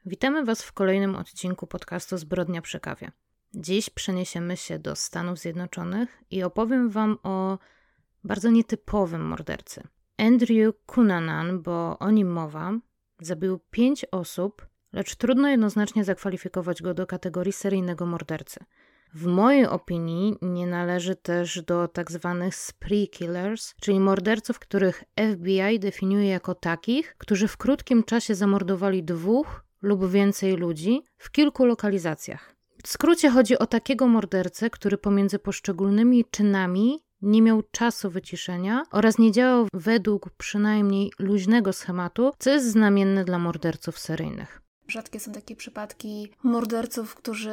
Witamy Was w kolejnym odcinku podcastu Zbrodnia przy kawie. Dziś przeniesiemy się do Stanów Zjednoczonych i opowiem Wam o bardzo nietypowym mordercy. Andrew Cunanan, bo o nim mowa, zabił 5 osób, lecz trudno jednoznacznie zakwalifikować go do kategorii seryjnego mordercy. W mojej opinii nie należy też do tak zwanych spree killers, czyli morderców, których FBI definiuje jako takich, którzy w krótkim czasie zamordowali 2 lub więcej ludzi w kilku lokalizacjach. W skrócie chodzi o takiego mordercę, który pomiędzy poszczególnymi czynami nie miał czasu wyciszenia oraz nie działał według przynajmniej luźnego schematu, co jest znamienne dla morderców seryjnych. Rzadkie są takie przypadki morderców, którzy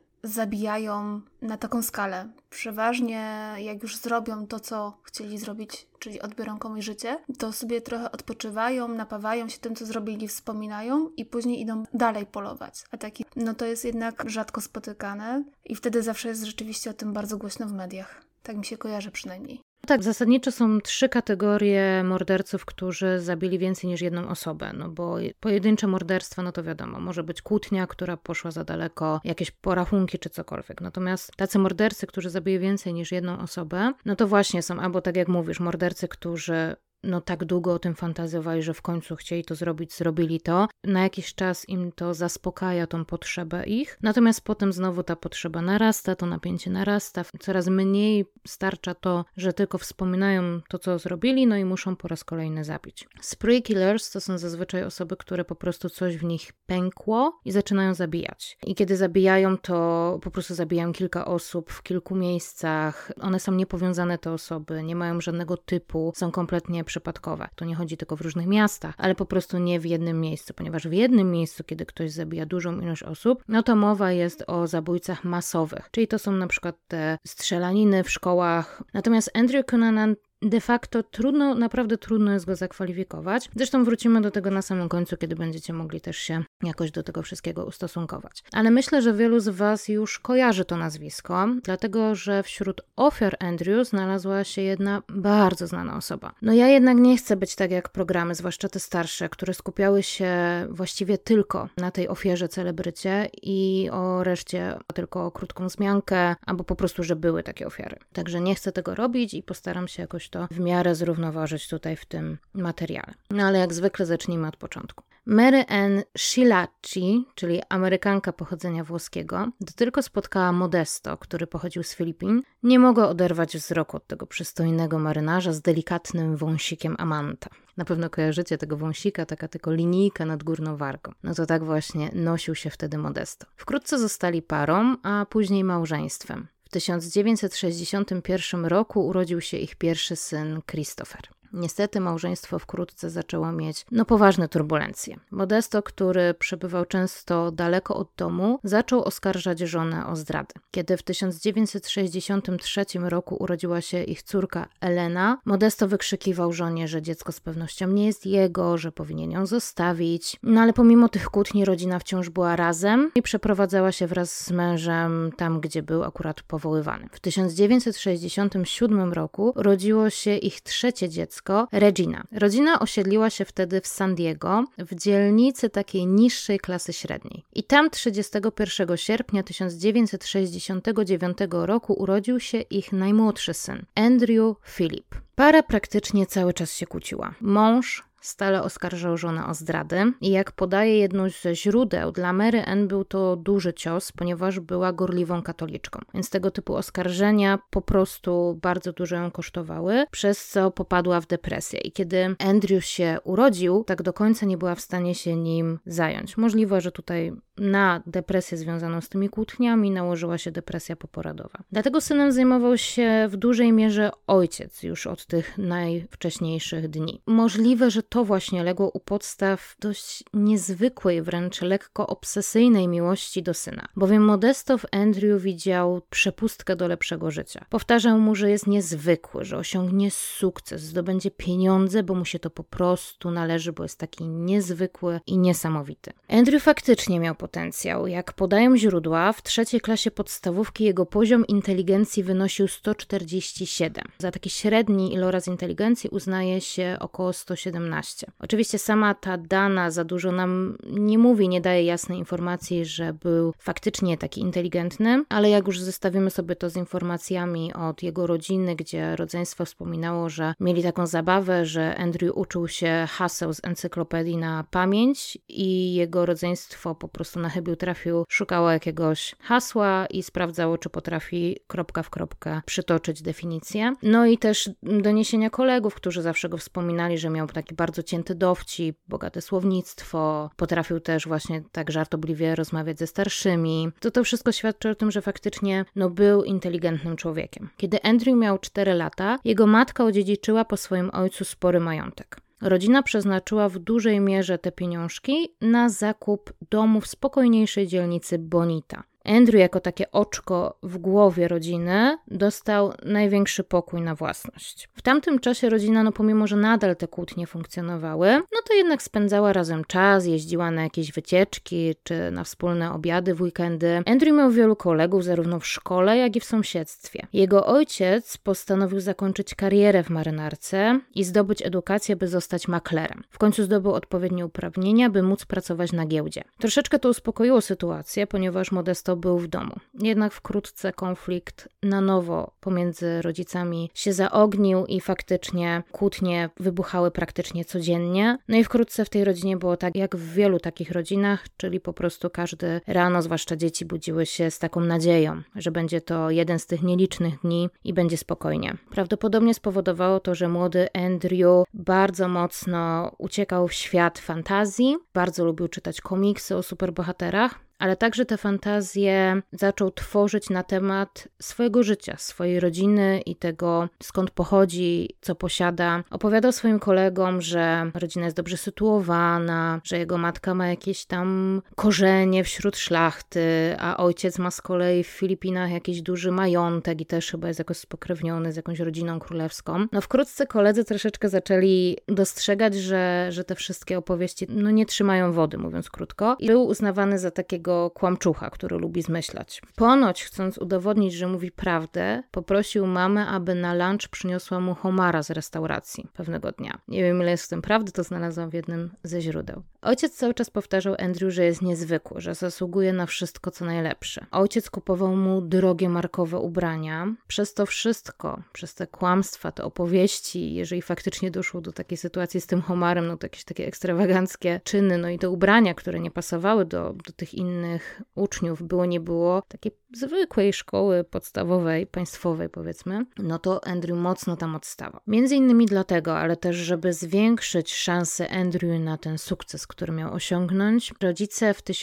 zabijają na taką skalę. Przeważnie jak już zrobią to, co chcieli zrobić, czyli odbiorą komuś życie, to sobie trochę odpoczywają, napawają się tym, co zrobili, wspominają i później idą dalej polować. A taki, to jest jednak rzadko spotykane i wtedy zawsze jest rzeczywiście o tym bardzo głośno w mediach. Tak mi się kojarzy przynajmniej. Tak, zasadniczo są 3 kategorie morderców, którzy zabili więcej niż jedną osobę, bo pojedyncze morderstwa, to wiadomo, może być kłótnia, która poszła za daleko, jakieś porachunki czy cokolwiek. Natomiast tacy mordercy, którzy zabili więcej niż jedną osobę, to właśnie są albo tak jak mówisz, mordercy, którzy tak długo o tym fantazjowali, że w końcu chcieli to zrobić, zrobili to. Na jakiś czas im to zaspokaja tą potrzebę ich. Natomiast potem znowu ta potrzeba narasta, to napięcie narasta. Coraz mniej starcza to, że tylko wspominają to, co zrobili, i muszą po raz kolejny zabić. Spree killers to są zazwyczaj osoby, które po prostu coś w nich pękło i zaczynają zabijać. I kiedy zabijają, to po prostu zabijają kilka osób w kilku miejscach. One są niepowiązane, te osoby, nie mają żadnego typu, są kompletnie przypadkowe. To nie chodzi tylko w różnych miastach, ale po prostu nie w jednym miejscu, ponieważ w jednym miejscu, kiedy ktoś zabija dużą ilość osób, to mowa jest o zabójcach masowych, czyli to są na przykład te strzelaniny w szkołach. Natomiast Andrew Cunanan de facto naprawdę trudno jest go zakwalifikować. Zresztą wrócimy do tego na samym końcu, kiedy będziecie mogli też się jakoś do tego wszystkiego ustosunkować. Ale myślę, że wielu z Was już kojarzy to nazwisko, dlatego że wśród ofiar Andrew znalazła się jedna bardzo znana osoba. Ja jednak nie chcę być tak jak programy, zwłaszcza te starsze, które skupiały się właściwie tylko na tej ofierze celebrycie i o reszcie tylko o krótką wzmiankę, albo po prostu, że były takie ofiary. Także nie chcę tego robić i postaram się jakoś to w miarę zrównoważyć tutaj w tym materiale. Ale jak zwykle zacznijmy od początku. Mary Ann Schillaci, czyli Amerykanka pochodzenia włoskiego, gdy tylko spotkała Modesto, który pochodził z Filipin, nie mogła oderwać wzroku od tego przystojnego marynarza z delikatnym wąsikiem Amanta. Na pewno kojarzycie tego wąsika, taka tylko linijka nad górną wargą. To tak właśnie nosił się wtedy Modesto. Wkrótce zostali parą, a później małżeństwem. W 1961 roku urodził się ich pierwszy syn Christopher. Niestety małżeństwo wkrótce zaczęło mieć poważne turbulencje. Modesto, który przebywał często daleko od domu, zaczął oskarżać żonę o zdradę. Kiedy w 1963 roku urodziła się ich córka Elena, Modesto wykrzykiwał żonie, że dziecko z pewnością nie jest jego, że powinien ją zostawić. Ale pomimo tych kłótni rodzina wciąż była razem i przeprowadzała się wraz z mężem tam, gdzie był akurat powoływany. W 1967 roku urodziło się ich trzecie dziecko, Regina. Rodzina osiedliła się wtedy w San Diego, w dzielnicy takiej niższej klasy średniej. I tam 31 sierpnia 1969 roku urodził się ich najmłodszy syn, Andrew Philip. Para praktycznie cały czas się kłóciła. Mąż stale oskarżał żonę o zdradę i jak podaje jedno ze źródeł, dla Mary Ann był to duży cios, ponieważ była gorliwą katoliczką. Więc tego typu oskarżenia po prostu bardzo dużo ją kosztowały, przez co popadła w depresję. I kiedy Andrew się urodził, tak do końca nie była w stanie się nim zająć. Możliwe, że tutaj na depresję związaną z tymi kłótniami nałożyła się depresja poporodowa. Dlatego synem zajmował się w dużej mierze ojciec już od tych najwcześniejszych dni. Możliwe, że to właśnie legło u podstaw dość niezwykłej, wręcz lekko obsesyjnej miłości do syna. Bowiem Modesto w Andrew widział przepustkę do lepszego życia. Powtarzał mu, że jest niezwykły, że osiągnie sukces, zdobędzie pieniądze, bo mu się to po prostu należy, bo jest taki niezwykły i niesamowity. Andrew faktycznie miał potencjał. Jak podają źródła, w 3. klasie podstawówki jego poziom inteligencji wynosił 147. Za taki średni iloraz inteligencji uznaje się około 117. 18. Oczywiście sama ta dana za dużo nam nie mówi, nie daje jasnej informacji, że był faktycznie taki inteligentny, ale jak już zestawimy sobie to z informacjami od jego rodziny, gdzie rodzeństwo wspominało, że mieli taką zabawę, że Andrew uczył się haseł z encyklopedii na pamięć i jego rodzeństwo po prostu na chybił trafił, szukało jakiegoś hasła i sprawdzało, czy potrafi kropka w kropkę przytoczyć definicję. No i też doniesienia kolegów, którzy zawsze go wspominali, że miał taki bardzo cięty dowcip, bogate słownictwo, potrafił też właśnie tak żartobliwie rozmawiać ze starszymi. To wszystko świadczy o tym, że faktycznie był inteligentnym człowiekiem. Kiedy Andrew miał 4 lata, jego matka odziedziczyła po swoim ojcu spory majątek. Rodzina przeznaczyła w dużej mierze te pieniążki na zakup domu w spokojniejszej dzielnicy Bonita. Andrew jako takie oczko w głowie rodziny dostał największy pokój na własność. W tamtym czasie rodzina, pomimo że nadal te kłótnie funkcjonowały, to jednak spędzała razem czas, jeździła na jakieś wycieczki czy na wspólne obiady w weekendy. Andrew miał wielu kolegów zarówno w szkole, jak i w sąsiedztwie. Jego ojciec postanowił zakończyć karierę w marynarce i zdobyć edukację, by zostać maklerem. W końcu zdobył odpowiednie uprawnienia, by móc pracować na giełdzie. Troszeczkę to uspokoiło sytuację, ponieważ Modesto był w domu. Jednak wkrótce konflikt na nowo pomiędzy rodzicami się zaognił i faktycznie kłótnie wybuchały praktycznie codziennie. No i wkrótce w tej rodzinie było tak jak w wielu takich rodzinach, czyli po prostu każdy rano, zwłaszcza dzieci, budziły się z taką nadzieją, że będzie to jeden z tych nielicznych dni i będzie spokojnie. Prawdopodobnie spowodowało to, że młody Andrew bardzo mocno uciekał w świat fantazji, bardzo lubił czytać komiksy o superbohaterach, ale także te fantazje zaczął tworzyć na temat swojego życia, swojej rodziny i tego, skąd pochodzi, co posiada. Opowiadał swoim kolegom, że rodzina jest dobrze sytuowana, że jego matka ma jakieś tam korzenie wśród szlachty, a ojciec ma z kolei w Filipinach jakiś duży majątek i też chyba jest jakoś spokrewniony z jakąś rodziną królewską. Wkrótce koledzy troszeczkę zaczęli dostrzegać, że te wszystkie opowieści nie trzymają wody, mówiąc krótko. I był uznawany za takiego kłamczucha, który lubi zmyślać. Ponoć, chcąc udowodnić, że mówi prawdę, poprosił mamę, aby na lunch przyniosła mu homara z restauracji pewnego dnia. Nie wiem, ile jest w tym prawdy, to znalazłam w jednym ze źródeł. Ojciec cały czas powtarzał Andrew, że jest niezwykły, że zasługuje na wszystko, co najlepsze. Ojciec kupował mu drogie markowe ubrania. Przez to wszystko, przez te kłamstwa, te opowieści, jeżeli faktycznie doszło do takiej sytuacji z tym homarem, to jakieś takie ekstrawaganckie czyny, i te ubrania, które nie pasowały do tych innych uczniów, było nie było, takiej zwykłej szkoły podstawowej, państwowej powiedzmy, to Andrew mocno tam odstawał. Między innymi dlatego, ale też żeby zwiększyć szanse Andrew na ten sukces, który miał osiągnąć, rodzice w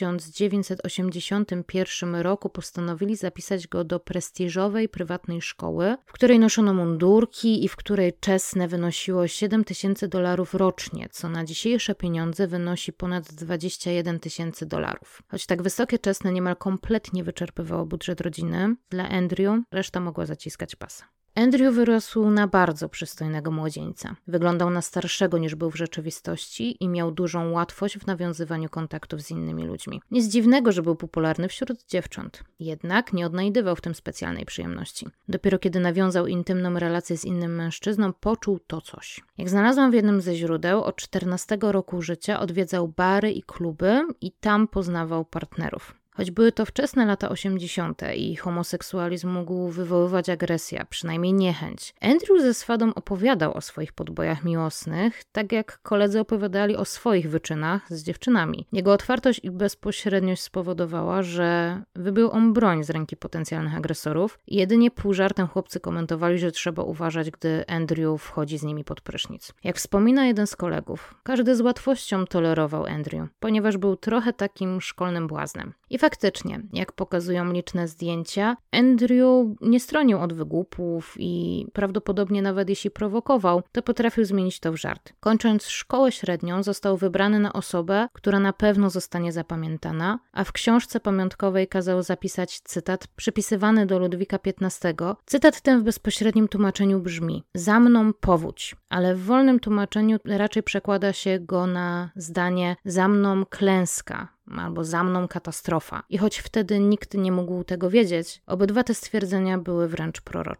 1981 roku postanowili zapisać go do prestiżowej, prywatnej szkoły, w której noszono mundurki i w której czesne wynosiło $7,000 rocznie, co na dzisiejsze pieniądze wynosi ponad $21,000. Choć tak wysokie czesne niemal kompletnie wyczerpywało budżet rodziny, dla Andrew reszta mogła zaciskać pasa. Andrew wyrósł na bardzo przystojnego młodzieńca. Wyglądał na starszego niż był w rzeczywistości i miał dużą łatwość w nawiązywaniu kontaktów z innymi ludźmi. Nic dziwnego, że był popularny wśród dziewcząt. Jednak nie odnajdywał w tym specjalnej przyjemności. Dopiero kiedy nawiązał intymną relację z innym mężczyzną, poczuł to coś. Jak znalazłam w jednym ze źródeł, od 14 roku życia odwiedzał bary i kluby i tam poznawał partnerów. Choć były to wczesne lata 80. i homoseksualizm mógł wywoływać agresję, a przynajmniej niechęć, Andrew ze swadą opowiadał o swoich podbojach miłosnych, tak jak koledzy opowiadali o swoich wyczynach z dziewczynami. Jego otwartość i bezpośredniość spowodowała, że wybił on broń z ręki potencjalnych agresorów i jedynie pół żartem chłopcy komentowali, że trzeba uważać, gdy Andrew wchodzi z nimi pod prysznic. Jak wspomina jeden z kolegów, każdy z łatwością tolerował Andrew, ponieważ był trochę takim szkolnym błaznem. I faktycznie, jak pokazują liczne zdjęcia, Andrew nie stronił od wygłupów i prawdopodobnie nawet jeśli prowokował, to potrafił zmienić to w żart. Kończąc szkołę średnią, został wybrany na osobę, która na pewno zostanie zapamiętana, a w książce pamiątkowej kazał zapisać cytat przypisywany do Ludwika XV. Cytat ten w bezpośrednim tłumaczeniu brzmi: za mną powódź, ale w wolnym tłumaczeniu raczej przekłada się go na zdanie za mną klęska albo za mną katastrofa. I choć wtedy nikt nie mógł tego wiedzieć, obydwa te stwierdzenia były wręcz prorocze.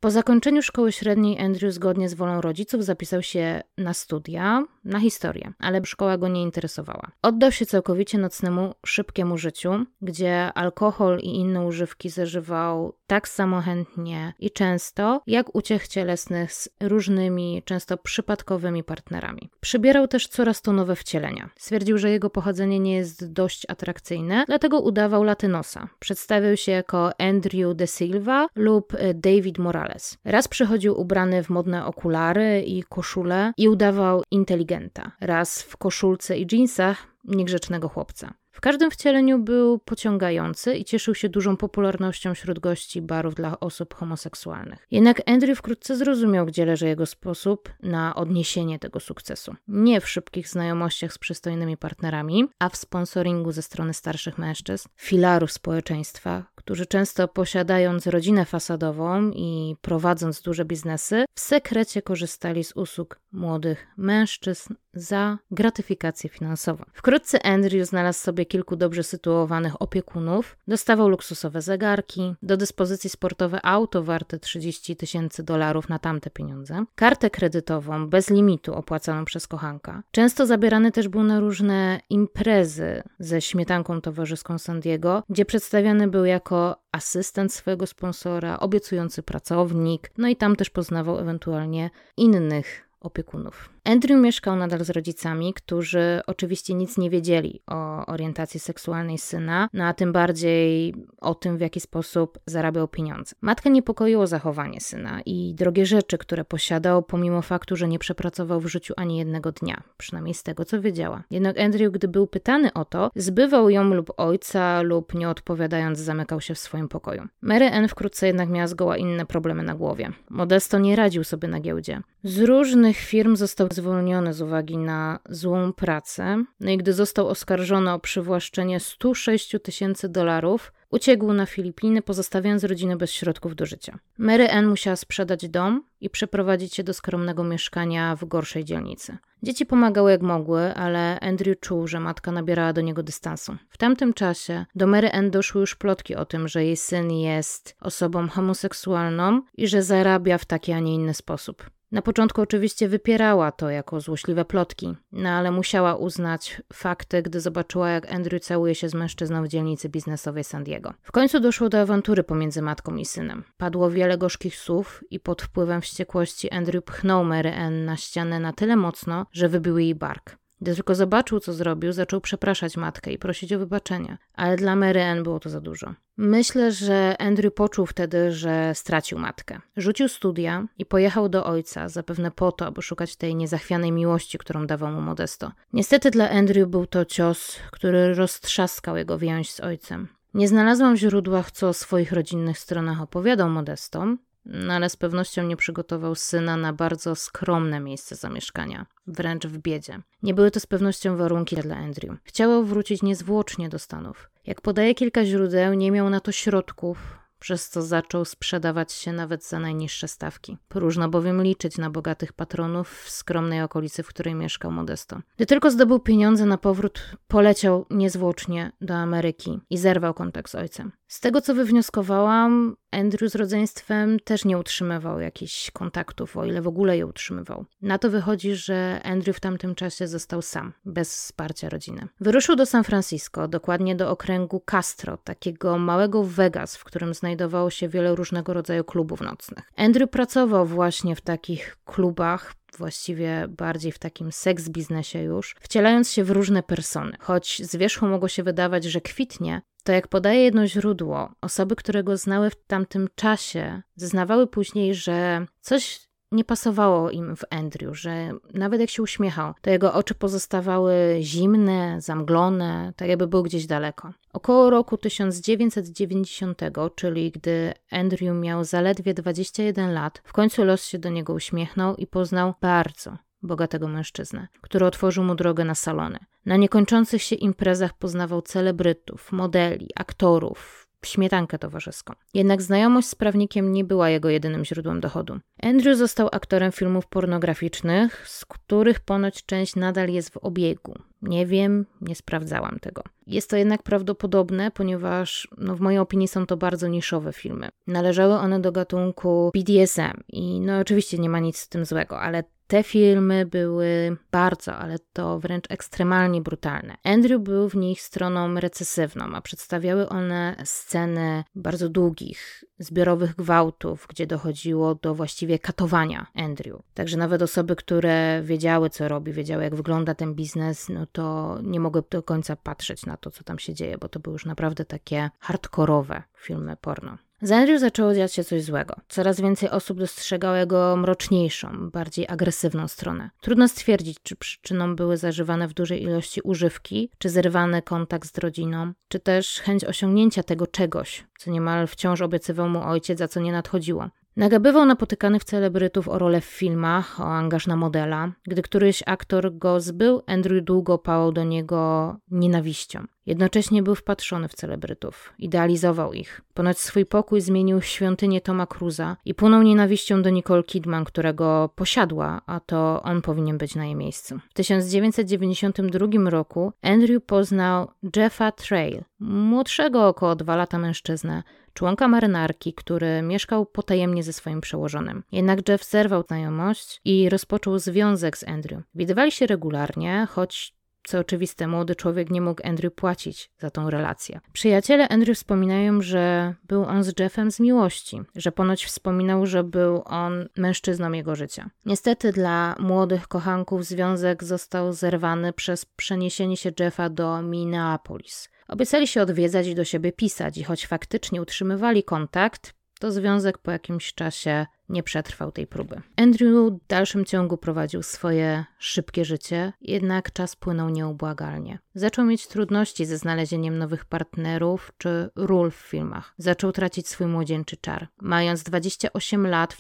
Po zakończeniu szkoły średniej Andrew zgodnie z wolą rodziców zapisał się na studia, na historię, ale szkoła go nie interesowała. Oddał się całkowicie nocnemu, szybkiemu życiu, gdzie alkohol i inne używki zażywał tak samo chętnie i często, jak uciech cielesnych z różnymi, często przypadkowymi partnerami. Przybierał też coraz to nowe wcielenia. Stwierdził, że jego pochodzenie nie jest dość atrakcyjne, dlatego udawał latynosa. Przedstawił się jako Andrew de Silva lub David Morales. Raz przychodził ubrany w modne okulary i koszulę i udawał inteligenta. Raz w koszulce i dżinsach niegrzecznego chłopca. W każdym wcieleniu był pociągający i cieszył się dużą popularnością wśród gości barów dla osób homoseksualnych. Jednak Andrew wkrótce zrozumiał, gdzie leży jego sposób na odniesienie tego sukcesu. Nie w szybkich znajomościach z przystojnymi partnerami, a w sponsoringu ze strony starszych mężczyzn, filarów społeczeństwa, którzy często posiadając rodzinę fasadową i prowadząc duże biznesy, w sekrecie korzystali z usług młodych mężczyzn za gratyfikację finansową. Wkrótce Andrew znalazł sobie kilku dobrze sytuowanych opiekunów, dostawał luksusowe zegarki, do dyspozycji sportowe auto warte $30,000 na tamte pieniądze, kartę kredytową bez limitu opłacaną przez kochanka. Często zabierany też był na różne imprezy ze śmietanką towarzyską San Diego, gdzie przedstawiany był jako asystent swojego sponsora, obiecujący pracownik, no i tam też poznawał ewentualnie innych opiekunów. Andrew mieszkał nadal z rodzicami, którzy oczywiście nic nie wiedzieli o orientacji seksualnej syna, no a tym bardziej o tym, w jaki sposób zarabiał pieniądze. Matkę niepokoiło zachowanie syna i drogie rzeczy, które posiadał, pomimo faktu, że nie przepracował w życiu ani jednego dnia, przynajmniej z tego, co wiedziała. Jednak Andrew, gdy był pytany o to, zbywał ją lub ojca, lub nie odpowiadając, zamykał się w swoim pokoju. Mary Ann wkrótce jednak miała zgoła inne problemy na głowie. Modesto nie radził sobie na giełdzie. Z różnych firm został zwolniony z uwagi na złą pracę, no i gdy został oskarżony o przywłaszczenie $106,000, uciekł na Filipiny, pozostawiając rodzinę bez środków do życia. Mary Ann musiała sprzedać dom i przeprowadzić się do skromnego mieszkania w gorszej dzielnicy. Dzieci pomagały jak mogły, ale Andrew czuł, że matka nabierała do niego dystansu. W tamtym czasie do Mary Ann doszły już plotki o tym, że jej syn jest osobą homoseksualną i że zarabia w taki, a nie inny sposób. Na początku oczywiście wypierała to jako złośliwe plotki, no ale musiała uznać fakty, gdy zobaczyła, jak Andrew całuje się z mężczyzną w dzielnicy biznesowej San Diego. W końcu doszło do awantury pomiędzy matką i synem. Padło wiele gorzkich słów i pod wpływem wściekłości Andrew pchnął Mary Ann na ścianę na tyle mocno, że wybił jej bark. Gdy tylko zobaczył, co zrobił, zaczął przepraszać matkę i prosić o wybaczenie. Ale dla Mary Ann było to za dużo. Myślę, że Andrew poczuł wtedy, że stracił matkę. Rzucił studia i pojechał do ojca, zapewne po to, aby szukać tej niezachwianej miłości, którą dawał mu Modesto. Niestety dla Andrew był to cios, który roztrzaskał jego więź z ojcem. Nie znalazłam w źródłach, co o swoich rodzinnych stronach opowiadał Modesto, no ale z pewnością nie przygotował syna na bardzo skromne miejsce zamieszkania, wręcz w biedzie. Nie były to z pewnością warunki dla Andrew. Chciał wrócić niezwłocznie do Stanów. Jak podaje kilka źródeł, nie miał na to środków, przez co zaczął sprzedawać się nawet za najniższe stawki. Próżno bowiem liczyć na bogatych patronów w skromnej okolicy, w której mieszkał Modesto. Gdy tylko zdobył pieniądze na powrót, poleciał niezwłocznie do Ameryki i zerwał kontakt z ojcem. Z tego, co wywnioskowałam, Andrew z rodzeństwem też nie utrzymywał jakichś kontaktów, o ile w ogóle je utrzymywał. Na to wychodzi, że Andrew w tamtym czasie został sam, bez wsparcia rodziny. Wyruszył do San Francisco, dokładnie do okręgu Castro, takiego małego Vegas, w którym znajdowało się wiele różnego rodzaju klubów nocnych. Andrew pracował właśnie w takich klubach, właściwie bardziej w takim seks biznesie już, wcielając się w różne persony. Choć z wierzchu mogło się wydawać, że kwitnie, to jak podaje jedno źródło, osoby, które go znały w tamtym czasie, zeznawały później, że coś nie pasowało im w Andrew, że nawet jak się uśmiechał, to jego oczy pozostawały zimne, zamglone, tak jakby był gdzieś daleko. Około roku 1990, czyli gdy Andrew miał zaledwie 21 lat, w końcu los się do niego uśmiechnął i poznał bardzo bogatego mężczyznę, który otworzył mu drogę na salony. Na niekończących się imprezach poznawał celebrytów, modeli, aktorów, śmietankę towarzyską. Jednak znajomość z prawnikiem nie była jego jedynym źródłem dochodu. Andrew został aktorem filmów pornograficznych, z których ponoć część nadal jest w obiegu. Nie wiem, nie sprawdzałam tego. Jest to jednak prawdopodobne, ponieważ w mojej opinii są to bardzo niszowe filmy. Należały one do gatunku BDSM i oczywiście nie ma nic z tym złego, ale te filmy były bardzo, ale to wręcz ekstremalnie brutalne. Andrew był w nich stroną recesywną, a przedstawiały one sceny bardzo długich, zbiorowych gwałtów, gdzie dochodziło do właściwie katowania Andrew. Także nawet osoby, które wiedziały, co robi, wiedziały, jak wygląda ten biznes, to nie mogły do końca patrzeć na to, co tam się dzieje, bo to były już naprawdę takie hardkorowe filmy porno. Z Andrew zaczęło dziać się coś złego. Coraz więcej osób dostrzegało jego mroczniejszą, bardziej agresywną stronę. Trudno stwierdzić, czy przyczyną były zażywane w dużej ilości używki, czy zerwany kontakt z rodziną, czy też chęć osiągnięcia tego czegoś, co niemal wciąż obiecywał mu ojciec, za co nie nadchodziło. Nagabywał napotykanych celebrytów o rolę w filmach, o angaż na modela. Gdy któryś aktor go zbył, Andrew długo pałał do niego nienawiścią. Jednocześnie był wpatrzony w celebrytów, idealizował ich. Ponoć swój pokój zmienił w świątynię Toma Cruza i płonął nienawiścią do Nicole Kidman, którego posiadła, a to on powinien być na jej miejscu. W 1992 roku Andrew poznał Jeffa Trail, młodszego około 2 lata mężczyznę, członka marynarki, który mieszkał potajemnie ze swoim przełożonym. Jednak Jeff zerwał znajomość i rozpoczął związek z Andrew. Widywali się regularnie, choć co oczywiste, młody człowiek nie mógł Andrew płacić za tą relację. Przyjaciele Andrew wspominają, że był on z Jeffem z miłości, że ponoć wspominał, że był on mężczyzną jego życia. Niestety dla młodych kochanków związek został zerwany przez przeniesienie się Jeffa do Minneapolis. Obiecali się odwiedzać i do siebie pisać i choć faktycznie utrzymywali kontakt, to związek po jakimś czasie nie przetrwał tej próby. Andrew w dalszym ciągu prowadził swoje szybkie życie, jednak czas płynął nieubłagalnie. Zaczął mieć trudności ze znalezieniem nowych partnerów czy ról w filmach. Zaczął tracić swój młodzieńczy czar. Mając 28 lat w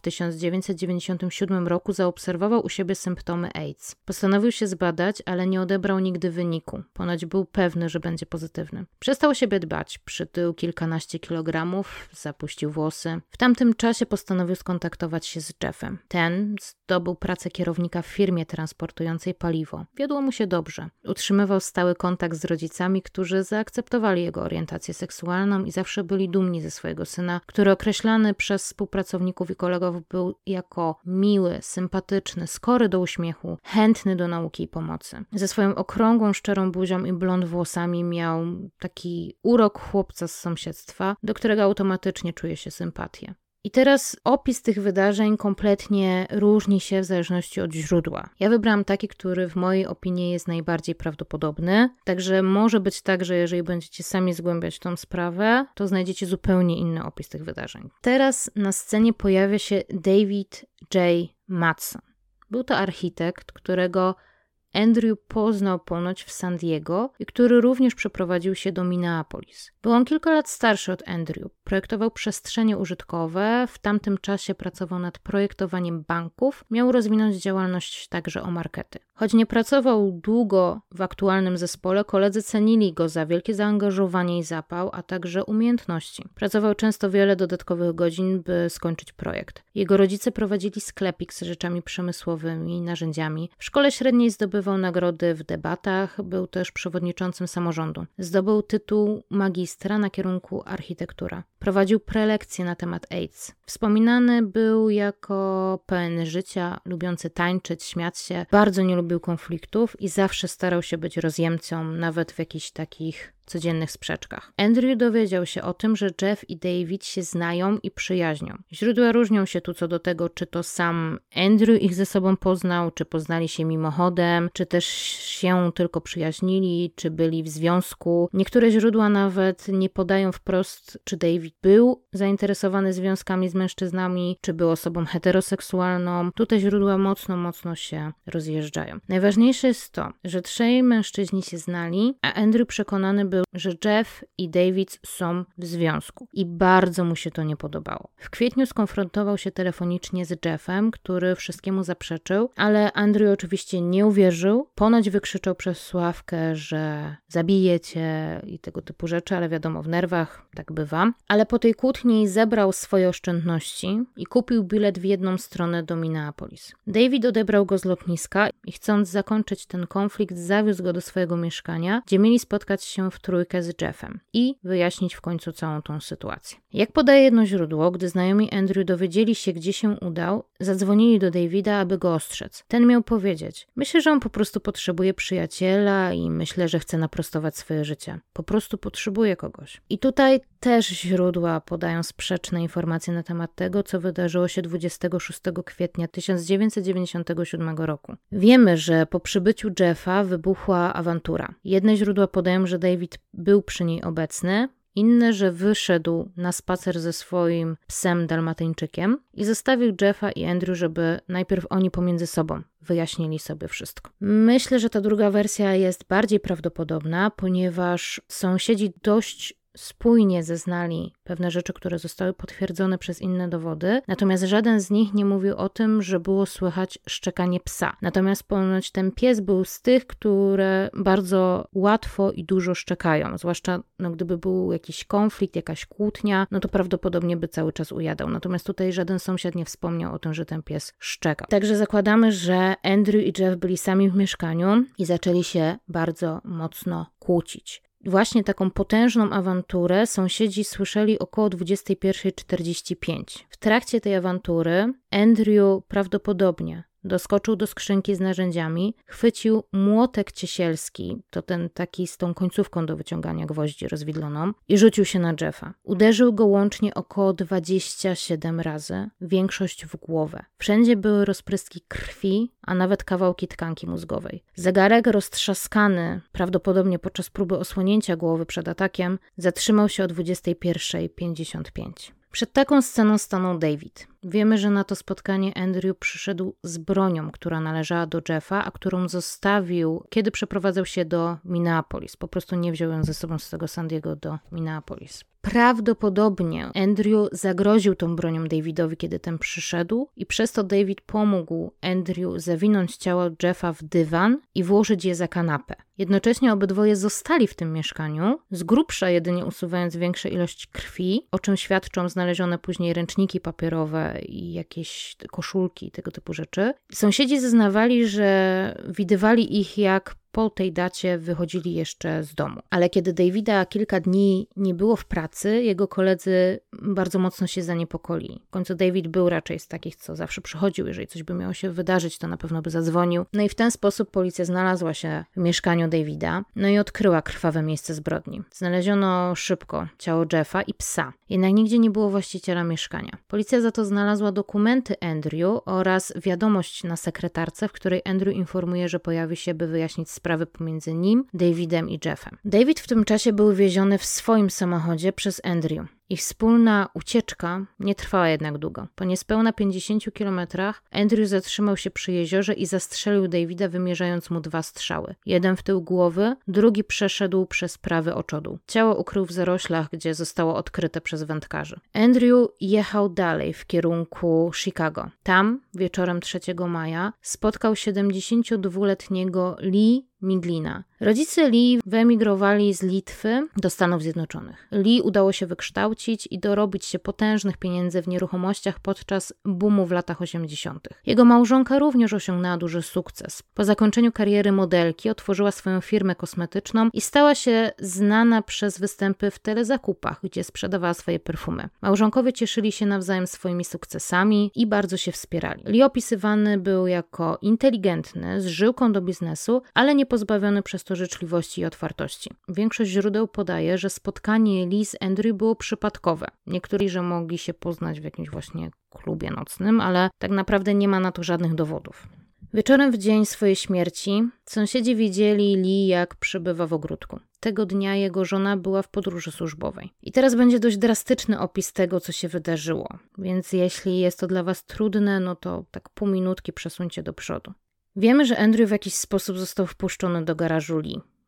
1997 roku zaobserwował u siebie symptomy AIDS. Postanowił się zbadać, ale nie odebrał nigdy wyniku. Ponoć był pewny, że będzie pozytywny. Przestał o siebie dbać, przytył kilkanaście kilogramów, zapuścił włosy. W tamtym czasie postanowił skontaktować się z Jeffem. Ten zdobył pracę kierownika w firmie transportującej paliwo. Wiodło mu się dobrze. Utrzymywał stały kontakt z rodzicami, którzy zaakceptowali jego orientację seksualną i zawsze byli dumni ze swojego syna, który określany przez współpracowników i kolegów był jako miły, sympatyczny, skory do uśmiechu, chętny do nauki i pomocy. Ze swoją okrągłą, szczerą buzią i blond włosami miał taki urok chłopca z sąsiedztwa, do którego automatycznie czuje się sympatię. I teraz opis tych wydarzeń kompletnie różni się w zależności od źródła. Ja wybrałam taki, który w mojej opinii jest najbardziej prawdopodobny, także może być tak, że jeżeli będziecie sami zgłębiać tą sprawę, to znajdziecie zupełnie inny opis tych wydarzeń. Teraz na scenie pojawia się David J. Madsen. Był to architekt, którego Andrew poznał ponoć w San Diego i który również przeprowadził się do Minneapolis. Był on kilka lat starszy od Andrew. Projektował przestrzenie użytkowe, w tamtym czasie pracował nad projektowaniem banków, miał rozwinąć działalność także o markety. Choć nie pracował długo w aktualnym zespole, koledzy cenili go za wielkie zaangażowanie i zapał, a także umiejętności. Pracował często wiele dodatkowych godzin, by skończyć projekt. Jego rodzice prowadzili sklepik z rzeczami przemysłowymi, narzędziami. W szkole średniej zdobywał nagrody w debatach, był też przewodniczącym samorządu. Zdobył tytuł magistra na kierunku architektura. Prowadził prelekcje na temat AIDS. Wspominany był jako pełen życia, lubiący tańczyć, śmiać się. Bardzo nie lubił konfliktów i zawsze starał się być rozjemcą, nawet w jakichś takich codziennych sprzeczkach. Andrew dowiedział się o tym, że Jeff i David się znają i przyjaźnią. Źródła różnią się tu co do tego, czy to sam Andrew ich ze sobą poznał, czy poznali się mimochodem, czy też się tylko przyjaźnili, czy byli w związku. Niektóre źródła nawet nie podają wprost, czy David był zainteresowany związkami z mężczyznami, czy był osobą heteroseksualną. Tutaj źródła mocno się rozjeżdżają. Najważniejsze jest to, że 3 mężczyźni się znali, a Andrew przekonany był, że Jeff i David są w związku i bardzo mu się to nie podobało. W kwietniu skonfrontował się telefonicznie z Jeffem, który wszystkiemu zaprzeczył, ale Andrew oczywiście nie uwierzył. Ponoć wykrzyczał przez słuchawkę, że zabije cię i tego typu rzeczy, ale wiadomo, w nerwach tak bywa. Ale po tej kłótni zebrał swoje oszczędności i kupił bilet w jedną stronę do Minneapolis. David odebrał go z lotniska i chcąc zakończyć ten konflikt, zawiózł go do swojego mieszkania, gdzie mieli spotkać się w trójkę z Jeffem i wyjaśnić w końcu całą tą sytuację. Jak podaje jedno źródło, gdy znajomi Andrew dowiedzieli się, gdzie się udał, zadzwonili do Davida, aby go ostrzec. Ten miał powiedzieć: myślę, że on po prostu potrzebuje przyjaciela i myślę, że chce naprostować swoje życie. Po prostu potrzebuje kogoś. I tutaj też źródła podają sprzeczne informacje na temat tego, co wydarzyło się 26 kwietnia 1997 roku. Wiemy, że po przybyciu Jeffa wybuchła awantura. Jedne źródła podają, że David był przy niej obecny, inne, że wyszedł na spacer ze swoim psem dalmatyńczykiem i zostawił Jeffa i Andrew, żeby najpierw oni pomiędzy sobą wyjaśnili sobie wszystko. Myślę, że ta druga wersja jest bardziej prawdopodobna, ponieważ sąsiedzi dość spójnie zeznali pewne rzeczy, które zostały potwierdzone przez inne dowody, natomiast żaden z nich nie mówił o tym, że było słychać szczekanie psa. Natomiast ponoć ten pies był z tych, które bardzo łatwo i dużo szczekają, zwłaszcza gdyby był jakiś konflikt, jakaś kłótnia, to prawdopodobnie by cały czas ujadał. Natomiast tutaj żaden sąsiad nie wspomniał o tym, że ten pies szczeka. Także zakładamy, że Andrew i Jeff byli sami w mieszkaniu i zaczęli się bardzo mocno kłócić. Właśnie taką potężną awanturę sąsiedzi słyszeli około 21:45. W trakcie tej awantury Andrew prawdopodobnie doskoczył do skrzynki z narzędziami, chwycił młotek ciesielski, to ten taki z tą końcówką do wyciągania gwoździ rozwidloną, i rzucił się na Jeffa. Uderzył go łącznie około 27 razy, większość w głowę. Wszędzie były rozpryski krwi, a nawet kawałki tkanki mózgowej. Zegarek roztrzaskany, prawdopodobnie podczas próby osłonięcia głowy przed atakiem, zatrzymał się o 21:55. Przed taką sceną stanął David. Wiemy, że na to spotkanie Andrew przyszedł z bronią, która należała do Jeffa, a którą zostawił, kiedy przeprowadzał się do Minneapolis. Po prostu nie wziął ją ze sobą z tego San Diego do Minneapolis. Prawdopodobnie Andrew zagroził tą bronią Davidowi, kiedy ten przyszedł, i przez to David pomógł Andrew zawinąć ciało Jeffa w dywan i włożyć je za kanapę. Jednocześnie obydwoje zostali w tym mieszkaniu, z grubsza jedynie usuwając większe ilości krwi, o czym świadczą znalezione później ręczniki papierowe i jakieś koszulki i tego typu rzeczy. Sąsiedzi zeznawali, że widywali ich, jak po tej dacie wychodzili jeszcze z domu. Ale kiedy Davida kilka dni nie było w pracy, jego koledzy bardzo mocno się zaniepokoili. W końcu David był raczej z takich, co zawsze przychodził. Jeżeli coś by miało się wydarzyć, to na pewno by zadzwonił. No i w ten sposób policja znalazła się w mieszkaniu Davida, no i odkryła krwawe miejsce zbrodni. Znaleziono szybko ciało Jeffa i psa. Jednak nigdzie nie było właściciela mieszkania. Policja za to znalazła dokumenty Andrew oraz wiadomość na sekretarce, w której Andrew informuje, że pojawi się, by wyjaśnić sprawy pomiędzy nim, Davidem i Jeffem. David w tym czasie był wieziony w swoim samochodzie przez Andrew. Ich wspólna ucieczka nie trwała jednak długo. Po niespełna 50 kilometrach Andrew zatrzymał się przy jeziorze i zastrzelił Davida, wymierzając mu 2 strzały. Jeden w tył głowy, drugi przeszedł przez prawy oczodół. Ciało ukrył w zaroślach, gdzie zostało odkryte przez wędkarzy. Andrew jechał dalej w kierunku Chicago. Tam wieczorem 3 maja spotkał 72-letniego Lee Miglina. Rodzice Lee wyemigrowali z Litwy do Stanów Zjednoczonych. Lee udało się wykształcić i dorobić się potężnych pieniędzy w nieruchomościach podczas boomu w latach 80. Jego małżonka również osiągnęła duży sukces. Po zakończeniu kariery modelki otworzyła swoją firmę kosmetyczną i stała się znana przez występy w telezakupach, gdzie sprzedawała swoje perfumy. Małżonkowie cieszyli się nawzajem swoimi sukcesami i bardzo się wspierali. Lee opisywany był jako inteligentny, z żyłką do biznesu, ale nie pozbawiony przez to życzliwości i otwartości. Większość źródeł podaje, że spotkanie Lee z Andrew było przypadkowe. Niektórzy, że mogli się poznać w jakimś właśnie klubie nocnym, ale tak naprawdę nie ma na to żadnych dowodów. Wieczorem w dzień swojej śmierci sąsiedzi widzieli Lee, jak przebywa w ogródku. Tego dnia jego żona była w podróży służbowej. I teraz będzie dość drastyczny opis tego, co się wydarzyło. Więc jeśli jest to dla Was trudne, no to tak pół minutki przesuńcie do przodu. Wiemy, że Andrew w jakiś sposób został wpuszczony do garażu Lee.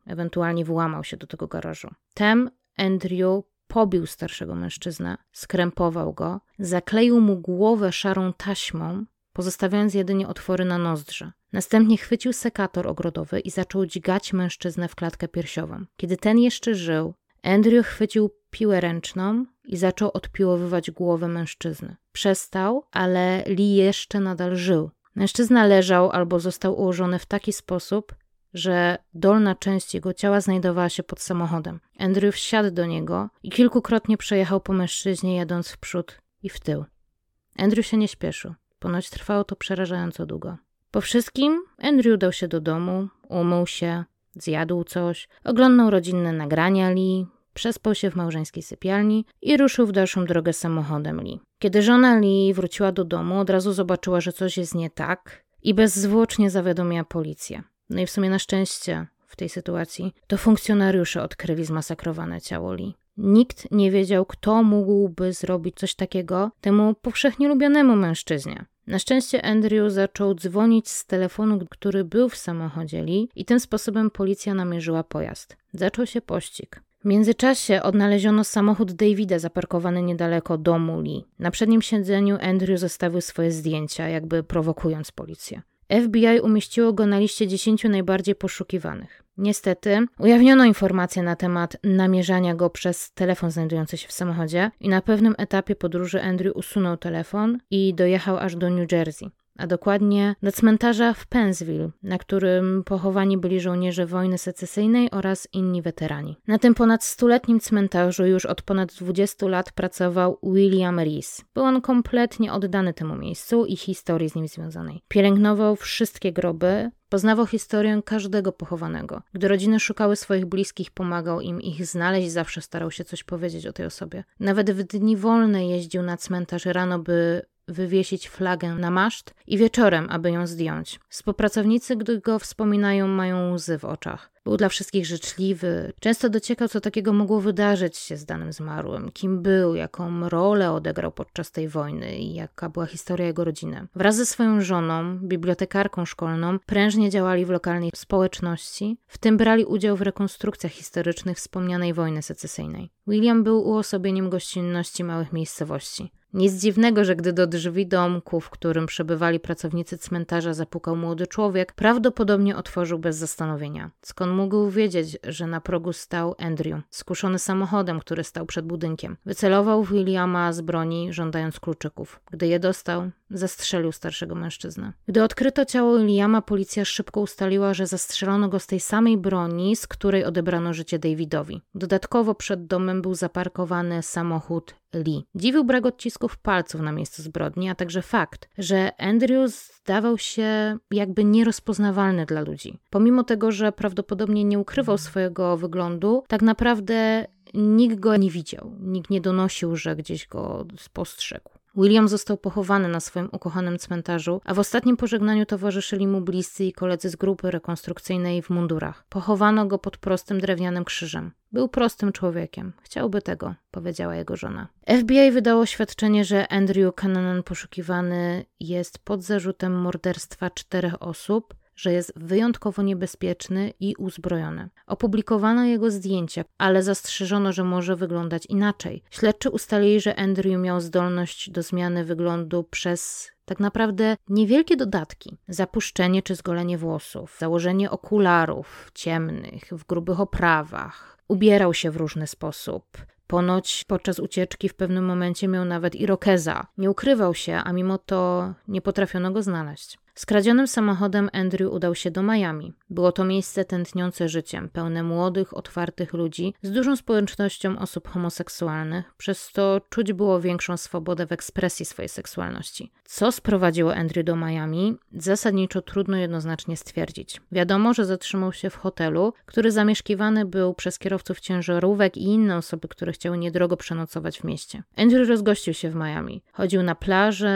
ewentualnie włamał się do tego garażu. Tem Andrew pobił starszego mężczyznę, skrępował go, zakleił mu głowę szarą taśmą, pozostawiając jedynie otwory na nozdrza. Następnie chwycił sekator ogrodowy i zaczął dźgać mężczyznę w klatkę piersiową. Kiedy ten jeszcze żył, Andrew chwycił piłę ręczną i zaczął odpiłowywać głowę mężczyzny. Przestał, ale Lee jeszcze nadal żył. Mężczyzna leżał albo został ułożony w taki sposób, że dolna część jego ciała znajdowała się pod samochodem. Andrew wsiadł do niego i kilkukrotnie przejechał po mężczyźnie, jadąc w przód i w tył. Andrew się nie śpieszył. Ponoć trwało to przerażająco długo. Po wszystkim Andrew udał się do domu, umył się, zjadł coś, oglądał rodzinne nagrania Lee, przespał się w małżeńskiej sypialni i ruszył w dalszą drogę samochodem Lee. Kiedy żona Lee wróciła do domu, od razu zobaczyła, że coś jest nie tak i bezzwłocznie zawiadomiła policję. No i w sumie na szczęście w tej sytuacji to funkcjonariusze odkryli zmasakrowane ciało Lee. Nikt nie wiedział, kto mógłby zrobić coś takiego temu powszechnie lubianemu mężczyźnie. Na szczęście Andrew zaczął dzwonić z telefonu, który był w samochodzie Lee i tym sposobem policja namierzyła pojazd. Zaczął się pościg. W międzyczasie odnaleziono samochód Davida zaparkowany niedaleko domu Lee. Na przednim siedzeniu Andrew zostawił swoje zdjęcia, jakby prowokując policję. FBI umieściło go na liście 10 najbardziej poszukiwanych. Niestety ujawniono informacje na temat namierzania go przez telefon znajdujący się w samochodzie i na pewnym etapie podróży Andrew usunął telefon i dojechał aż do New Jersey, a dokładnie do cmentarza w Pennsville, na którym pochowani byli żołnierze wojny secesyjnej oraz inni weterani. Na tym ponad 100-letnim cmentarzu już od ponad 20 lat pracował William Reese. Był on kompletnie oddany temu miejscu i historii z nim związanej. Pielęgnował wszystkie groby, poznawał historię każdego pochowanego. Gdy rodziny szukały swoich bliskich, pomagał im ich znaleźć i zawsze starał się coś powiedzieć o tej osobie. Nawet w dni wolne jeździł na cmentarz rano, by wywiesić flagę na maszt i wieczorem, aby ją zdjąć. Współpracownicy, gdy go wspominają, mają łzy w oczach. Był dla wszystkich życzliwy. Często dociekał, co takiego mogło wydarzyć się z danym zmarłym, kim był, jaką rolę odegrał podczas tej wojny i jaka była historia jego rodziny. Wraz ze swoją żoną, bibliotekarką szkolną, prężnie działali w lokalnej społeczności, w tym brali udział w rekonstrukcjach historycznych wspomnianej wojny secesyjnej. William był uosobieniem gościnności małych miejscowości. Nic dziwnego, że gdy do drzwi domku, w którym przebywali pracownicy cmentarza, zapukał młody człowiek, prawdopodobnie otworzył bez zastanowienia. Skąd mógł wiedzieć, że na progu stał Andrew, skuszony samochodem, który stał przed budynkiem. Wycelował w Williama z broni, żądając kluczyków. Gdy je dostał, zastrzelił starszego mężczyznę. Gdy odkryto ciało Williama, policja szybko ustaliła, że zastrzelono go z tej samej broni, z której odebrano życie Davidowi. Dodatkowo przed domem był zaparkowany samochód Lee. Dziwił brak odcisków palców na miejscu zbrodni, a także fakt, że Andrew zdawał się jakby nierozpoznawalny dla ludzi. Pomimo tego, że prawdopodobnie nie ukrywał swojego wyglądu, tak naprawdę nikt go nie widział. Nikt nie donosił, że gdzieś go spostrzegł. William został pochowany na swoim ukochanym cmentarzu, a w ostatnim pożegnaniu towarzyszyli mu bliscy i koledzy z grupy rekonstrukcyjnej w mundurach. Pochowano go pod prostym drewnianym krzyżem. Był prostym człowiekiem. Chciałby tego, powiedziała jego żona. FBI wydało oświadczenie, że Andrew Cunanan poszukiwany jest pod zarzutem morderstwa 4 osób, że jest wyjątkowo niebezpieczny i uzbrojony. Opublikowano jego zdjęcia, ale zastrzeżono, że może wyglądać inaczej. Śledczy ustalili, że Andrew miał zdolność do zmiany wyglądu przez tak naprawdę niewielkie dodatki. Zapuszczenie czy zgolenie włosów, założenie okularów ciemnych w grubych oprawach. Ubierał się w różny sposób. Ponoć podczas ucieczki w pewnym momencie miał nawet irokeza. Nie ukrywał się, a mimo to nie potrafiono go znaleźć. Skradzionym samochodem Andrew udał się do Miami. Było to miejsce tętniące życiem, pełne młodych, otwartych ludzi z dużą społecznością osób homoseksualnych, przez to czuć było większą swobodę w ekspresji swojej seksualności. Co sprowadziło Andrew do Miami? Zasadniczo trudno jednoznacznie stwierdzić. Wiadomo, że zatrzymał się w hotelu, który zamieszkiwany był przez kierowców ciężarówek i inne osoby, które chciały niedrogo przenocować w mieście. Andrew rozgościł się w Miami. Chodził na plażę,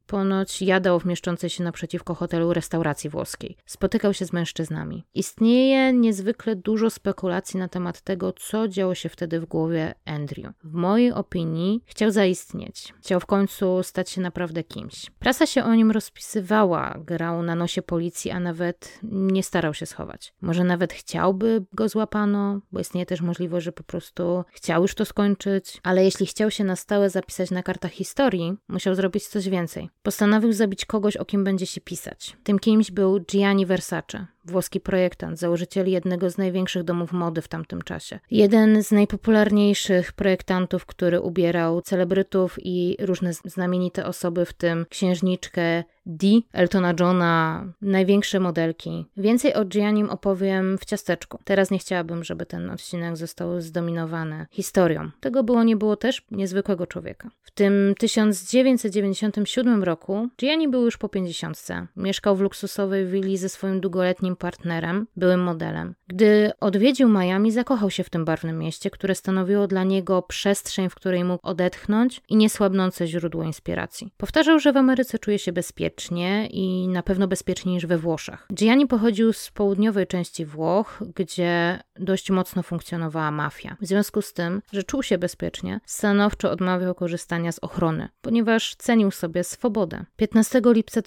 ponoć jadał w mieszczącej się naprzeciwko hotelu restauracji włoskiej. Spotykał się z mężczyznami. Istnieje niezwykle dużo spekulacji na temat tego, co działo się wtedy w głowie Andrew. W mojej opinii chciał zaistnieć. Chciał w końcu stać się naprawdę kimś. Prasa się o nim rozpisywała, grał na nosie policji, a nawet nie starał się schować. Może nawet chciałby go złapano, bo istnieje też możliwość, że po prostu chciał już to skończyć, ale jeśli chciał się na stałe zapisać na kartach historii, musiał zrobić coś więcej. Postanowił zabić kogoś, o kim będzie się pisać. Tym kimś był Gianni Versace, włoski projektant, założyciel jednego z największych domów mody w tamtym czasie. Jeden z najpopularniejszych projektantów, który ubierał celebrytów i różne znamienite osoby, w tym księżniczkę Di, Eltona Johna, największe modelki. Więcej o Giannim opowiem w ciasteczku. Teraz nie chciałabym, żeby ten odcinek został zdominowany historią. Tego było nie było też niezwykłego człowieka. W tym 1997 roku Gianni był już po 50. Mieszkał w luksusowej willi ze swoim długoletnim partnerem, byłym modelem. Gdy odwiedził Miami, zakochał się w tym barwnym mieście, które stanowiło dla niego przestrzeń, w której mógł odetchnąć i niesłabnące źródło inspiracji. Powtarzał, że w Ameryce czuje się bezpiecznie i na pewno bezpieczniej niż we Włoszech. Gianni pochodził z południowej części Włoch, gdzie dość mocno funkcjonowała mafia. W związku z tym, że czuł się bezpiecznie, stanowczo odmawiał korzystania z ochrony, ponieważ cenił sobie swobodę. 15 lipca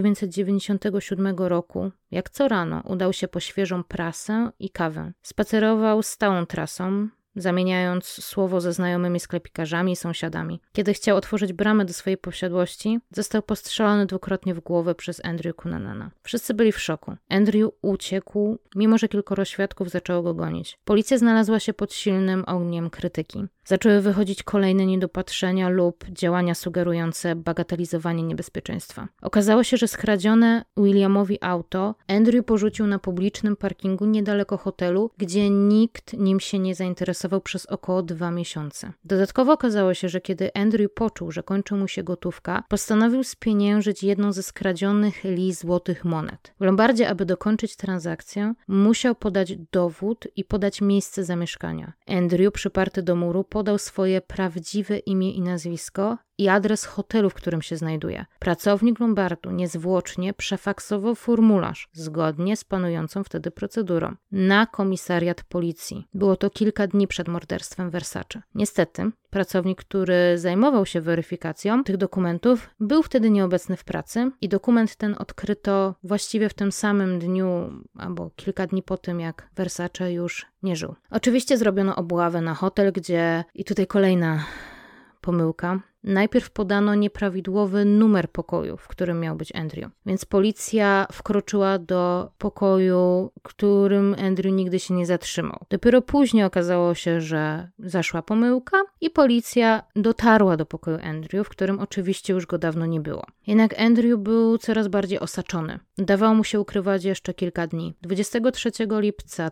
1997 roku, jak co rano, udał się po świeżą prasę i kawę. Spacerował stałą trasą, zamieniając słowo ze znajomymi sklepikarzami i sąsiadami. Kiedy chciał otworzyć bramę do swojej posiadłości, został postrzelony dwukrotnie w głowę przez Andrew Cunanana. Wszyscy byli w szoku. Andrew uciekł, mimo że kilkoro świadków zaczęło go gonić. Policja znalazła się pod silnym ogniem krytyki. Zaczęły wychodzić kolejne niedopatrzenia lub działania sugerujące bagatelizowanie niebezpieczeństwa. Okazało się, że skradzione Williamowi auto Andrew porzucił na publicznym parkingu niedaleko hotelu, gdzie nikt nim się nie zainteresował przez około 2 miesiące. Dodatkowo okazało się, że kiedy Andrew poczuł, że kończy mu się gotówka, postanowił spieniężyć jedną ze skradzionych li złotych monet. W Lombardzie, aby dokończyć transakcję, musiał podać dowód i podać miejsce zamieszkania. Andrew, przyparty do muru, podał swoje prawdziwe imię i nazwisko i adres hotelu, w którym się znajduje. Pracownik Lombardu niezwłocznie przefaksował formularz, zgodnie z panującą wtedy procedurą, na komisariat policji. Było to kilka dni przed morderstwem Versace. Niestety, pracownik, który zajmował się weryfikacją tych dokumentów, był wtedy nieobecny w pracy i dokument ten odkryto właściwie w tym samym dniu, albo kilka dni po tym, jak Versace już nie żył. Oczywiście zrobiono obławę na hotel, gdzie, i tutaj kolejna pomyłka, najpierw podano nieprawidłowy numer pokoju, w którym miał być Andrew. Więc policja wkroczyła do pokoju, w którym Andrew nigdy się nie zatrzymał. Dopiero później okazało się, że zaszła pomyłka i policja dotarła do pokoju Andrew, w którym oczywiście już go dawno nie było. Jednak Andrew był coraz bardziej osaczony. Dawało mu się ukrywać jeszcze kilka dni. 23 lipca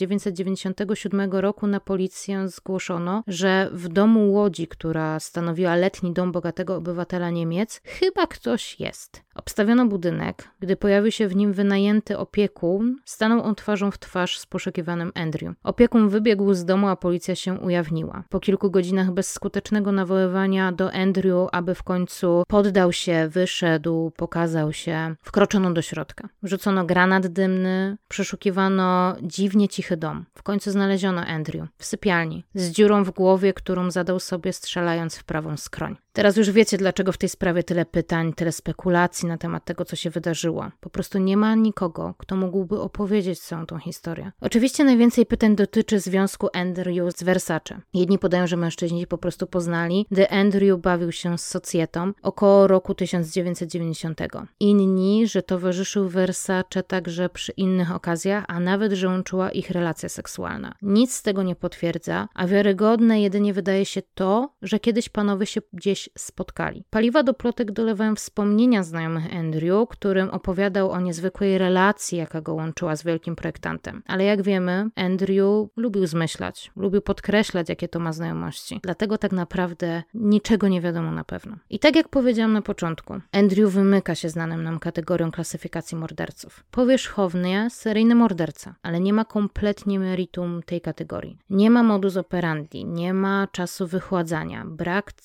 1997 roku na policję zgłoszono, że w domu łodzi, która stanowiła letni dom bogatego obywatela Niemiec, chyba ktoś jest. Obstawiono budynek. Gdy pojawił się w nim wynajęty opiekun, stanął on twarzą w twarz z poszukiwanym Andrew. Opiekun wybiegł z domu, a policja się ujawniła. Po kilku godzinach bezskutecznego nawoływania do Andrew, aby w końcu poddał się, wyszedł, pokazał się, wkroczono do środka. Wrzucono granat dymny, przeszukiwano dziwnie cichy dom. W końcu znaleziono Andrew w sypialni, z dziurą w głowie, którą zadał sobie strzelając w prawą skroń. Teraz już wiecie, dlaczego w tej sprawie tyle pytań, tyle spekulacji na temat tego, co się wydarzyło. Po prostu nie ma nikogo, kto mógłby opowiedzieć całą tą historię. Oczywiście najwięcej pytań dotyczy związku Andrew z Versace. Jedni podają, że mężczyźni po prostu poznali, gdy Andrew bawił się z socjetą około roku 1990. Inni, że towarzyszył Versace także przy innych okazjach, a nawet, że łączyła ich relacja seksualna. Nic z tego nie potwierdza, a wiarygodne jedynie wydaje się to, że kiedyś panowie się gdzieś spotkali. Paliwa do plotek dolewają wspomnienia znajomych Andrew, którym opowiadał o niezwykłej relacji, jaka go łączyła z wielkim projektantem. Ale jak wiemy, Andrew lubił zmyślać, lubił podkreślać, jakie to ma znajomości. Dlatego tak naprawdę niczego nie wiadomo na pewno. I tak jak powiedziałam na początku, Andrew wymyka się znanym nam kategorią klasyfikacji morderców. Powierzchownie seryjny morderca, ale nie ma kompletnie meritum tej kategorii. Nie ma modus operandi, nie ma czasu wychładzania, brak cech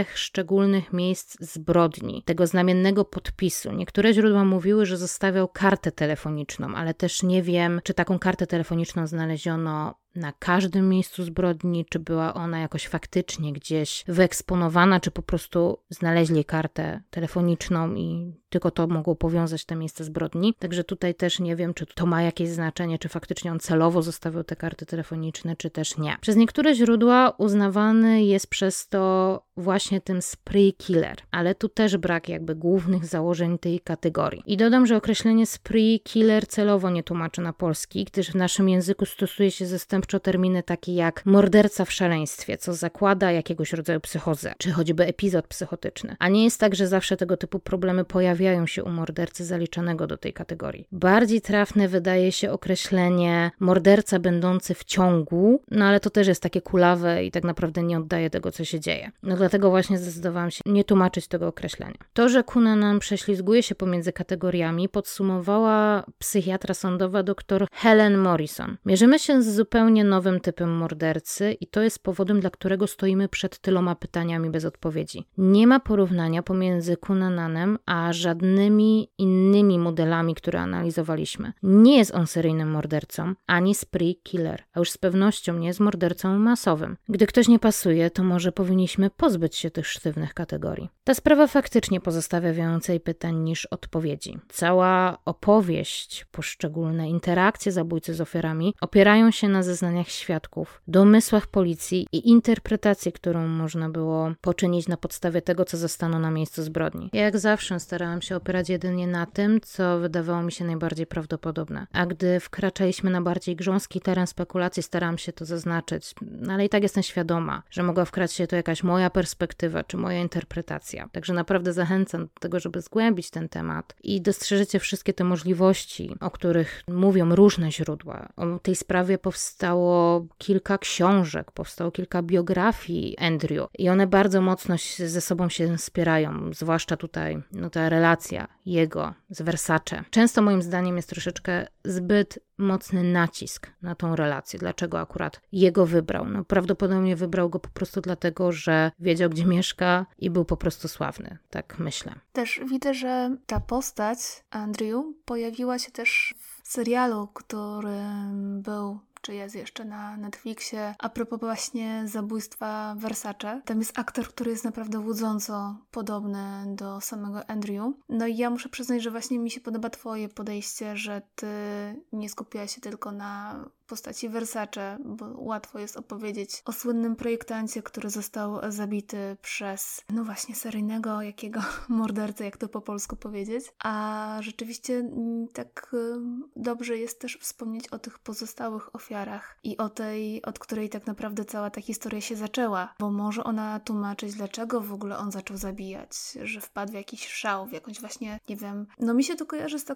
tych szczególnych miejsc zbrodni, tego znamiennego podpisu. Niektóre źródła mówiły, że zostawiał kartę telefoniczną, ale też nie wiem, czy taką kartę telefoniczną znaleziono na każdym miejscu zbrodni, czy była ona jakoś faktycznie gdzieś wyeksponowana, czy po prostu znaleźli kartę telefoniczną i tylko to mogło powiązać te miejsca zbrodni. Także tutaj też nie wiem, czy to ma jakieś znaczenie, czy faktycznie on celowo zostawiał te karty telefoniczne, czy też nie. Przez niektóre źródła uznawany jest przez to właśnie tym spree killer, ale tu też brak jakby głównych założeń tej kategorii. I dodam, że określenie spree killer celowo nie tłumaczę na polski, gdyż w naszym języku stosuje się zastępczo terminy takie jak morderca w szaleństwie, co zakłada jakiegoś rodzaju psychozę, czy choćby epizod psychotyczny. A nie jest tak, że zawsze tego typu problemy pojawiają się u mordercy zaliczanego do tej kategorii. Bardziej trafne wydaje się określenie morderca będący w ciągu, no ale to też jest takie kulawe i tak naprawdę nie oddaje tego, co się dzieje. No dlatego właśnie zdecydowałam się nie tłumaczyć tego określenia. To, że Cunanan prześlizguje się pomiędzy kategoriami, podsumowała psychiatra sądowa dr Helen Morrison. Mierzymy się z zupełnie nowym typem mordercy i to jest powodem, dla którego stoimy przed tyloma pytaniami bez odpowiedzi. Nie ma porównania pomiędzy Cunananem a żadnymi innymi modelami, które analizowaliśmy. Nie jest on seryjnym mordercą, ani spree killer, a już z pewnością nie jest mordercą masowym. Gdy ktoś nie pasuje, to może powinniśmy pozbyć się tych sztywnych kategorii. Ta sprawa faktycznie pozostawia więcej pytań niż odpowiedzi. Cała opowieść, poszczególne interakcje zabójcy z ofiarami opierają się na zeznaniach świadków, domysłach policji i interpretacji, którą można było poczynić na podstawie tego, co zastano na miejscu zbrodni. Ja jak zawsze starałam się opierać jedynie na tym, co wydawało mi się najbardziej prawdopodobne. A gdy wkraczaliśmy na bardziej grząski teren spekulacji, starałam się to zaznaczyć, ale i tak jestem świadoma, że mogła wkraść się to jakaś moja perspektywa czy moja interpretacja. Także naprawdę zachęcam do tego, żeby zgłębić ten temat i dostrzeżecie wszystkie te możliwości, o których mówią różne źródła. O tej sprawie powstało kilka książek, powstało kilka biografii Andrew i one bardzo mocno ze sobą się wspierają, zwłaszcza tutaj ta relacja jego z Versace. Często moim zdaniem jest troszeczkę zbyt mocny nacisk na tą relację. Dlaczego akurat jego wybrał? Prawdopodobnie wybrał go po prostu dlatego, że wiedział, gdzie mieszka i był po prostu sławny. Tak myślę. Też widzę, że ta postać Andrew pojawiła się też w serialu, który był czy jest jeszcze na Netflixie, a propos właśnie zabójstwa Versace. Tam jest aktor, który jest naprawdę łudząco podobny do samego Andrew. No i ja muszę przyznać, że właśnie mi się podoba twoje podejście, że ty nie skupiałaś się tylko na postaci Versace, bo łatwo jest opowiedzieć o słynnym projektancie, który został zabity przez, właśnie seryjnego jakiego mordercę, jak to po polsku powiedzieć. A rzeczywiście tak dobrze jest też wspomnieć o tych pozostałych ofiarach i o tej, od której tak naprawdę cała ta historia się zaczęła, bo może ona tłumaczyć, dlaczego w ogóle on zaczął zabijać, że wpadł w jakiś szał, w jakąś właśnie, nie wiem, mi się to kojarzy z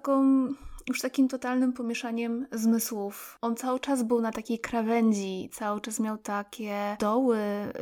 takim totalnym pomieszaniem zmysłów. On cały czas był na takiej krawędzi, cały czas miał takie doły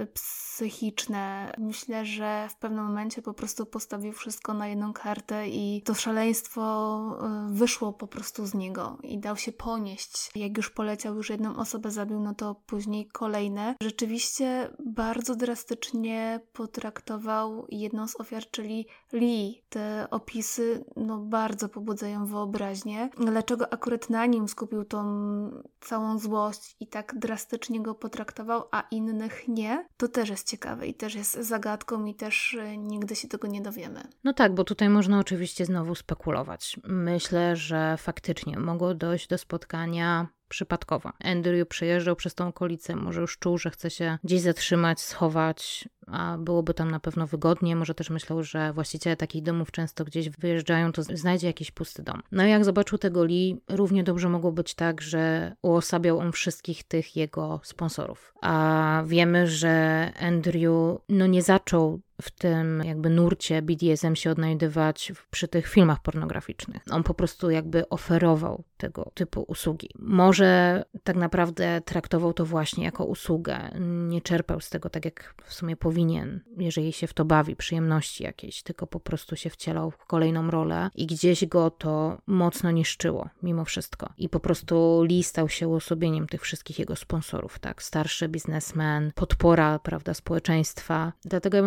psychiczne. Myślę, że w pewnym momencie po prostu postawił wszystko na jedną kartę i to szaleństwo wyszło po prostu z niego i dał się ponieść. Jak już poleciał, już jedną osobę zabił, to później kolejne. Rzeczywiście bardzo drastycznie potraktował jedną z ofiar, czyli Lee. Te opisy bardzo pobudzają wyobraźnię. Dlaczego akurat na nim skupił tą całą złość i tak drastycznie go potraktował, a innych nie, to też jest ciekawe i też jest zagadką i też nigdy się tego nie dowiemy. No tak, bo tutaj można oczywiście znowu spekulować. Myślę, że faktycznie mogło dojść do spotkania przypadkowo. Andrew przejeżdżał przez tą okolicę, może już czuł, że chce się gdzieś zatrzymać, schować, a byłoby tam na pewno wygodnie. Może też myślał, że właściciele takich domów często gdzieś wyjeżdżają, to znajdzie jakiś pusty dom. No i jak zobaczył tego Lee, równie dobrze mogło być tak, że uosabiał on wszystkich tych jego sponsorów. A wiemy, że Andrew nie zaczął w tym jakby nurcie BDSM się odnajdywać przy tych filmach pornograficznych. On po prostu jakby oferował tego typu usługi. Może tak naprawdę traktował to właśnie jako usługę. Nie czerpał z tego tak jak w sumie powinien, jeżeli się w to bawi, przyjemności jakieś, tylko po prostu się wcielał w kolejną rolę i gdzieś go to mocno niszczyło mimo wszystko. I po prostu Lee stał się uosobieniem tych wszystkich jego sponsorów, tak? Starszy biznesmen, podpora, prawda, społeczeństwa. Dlatego ja bym tak mocno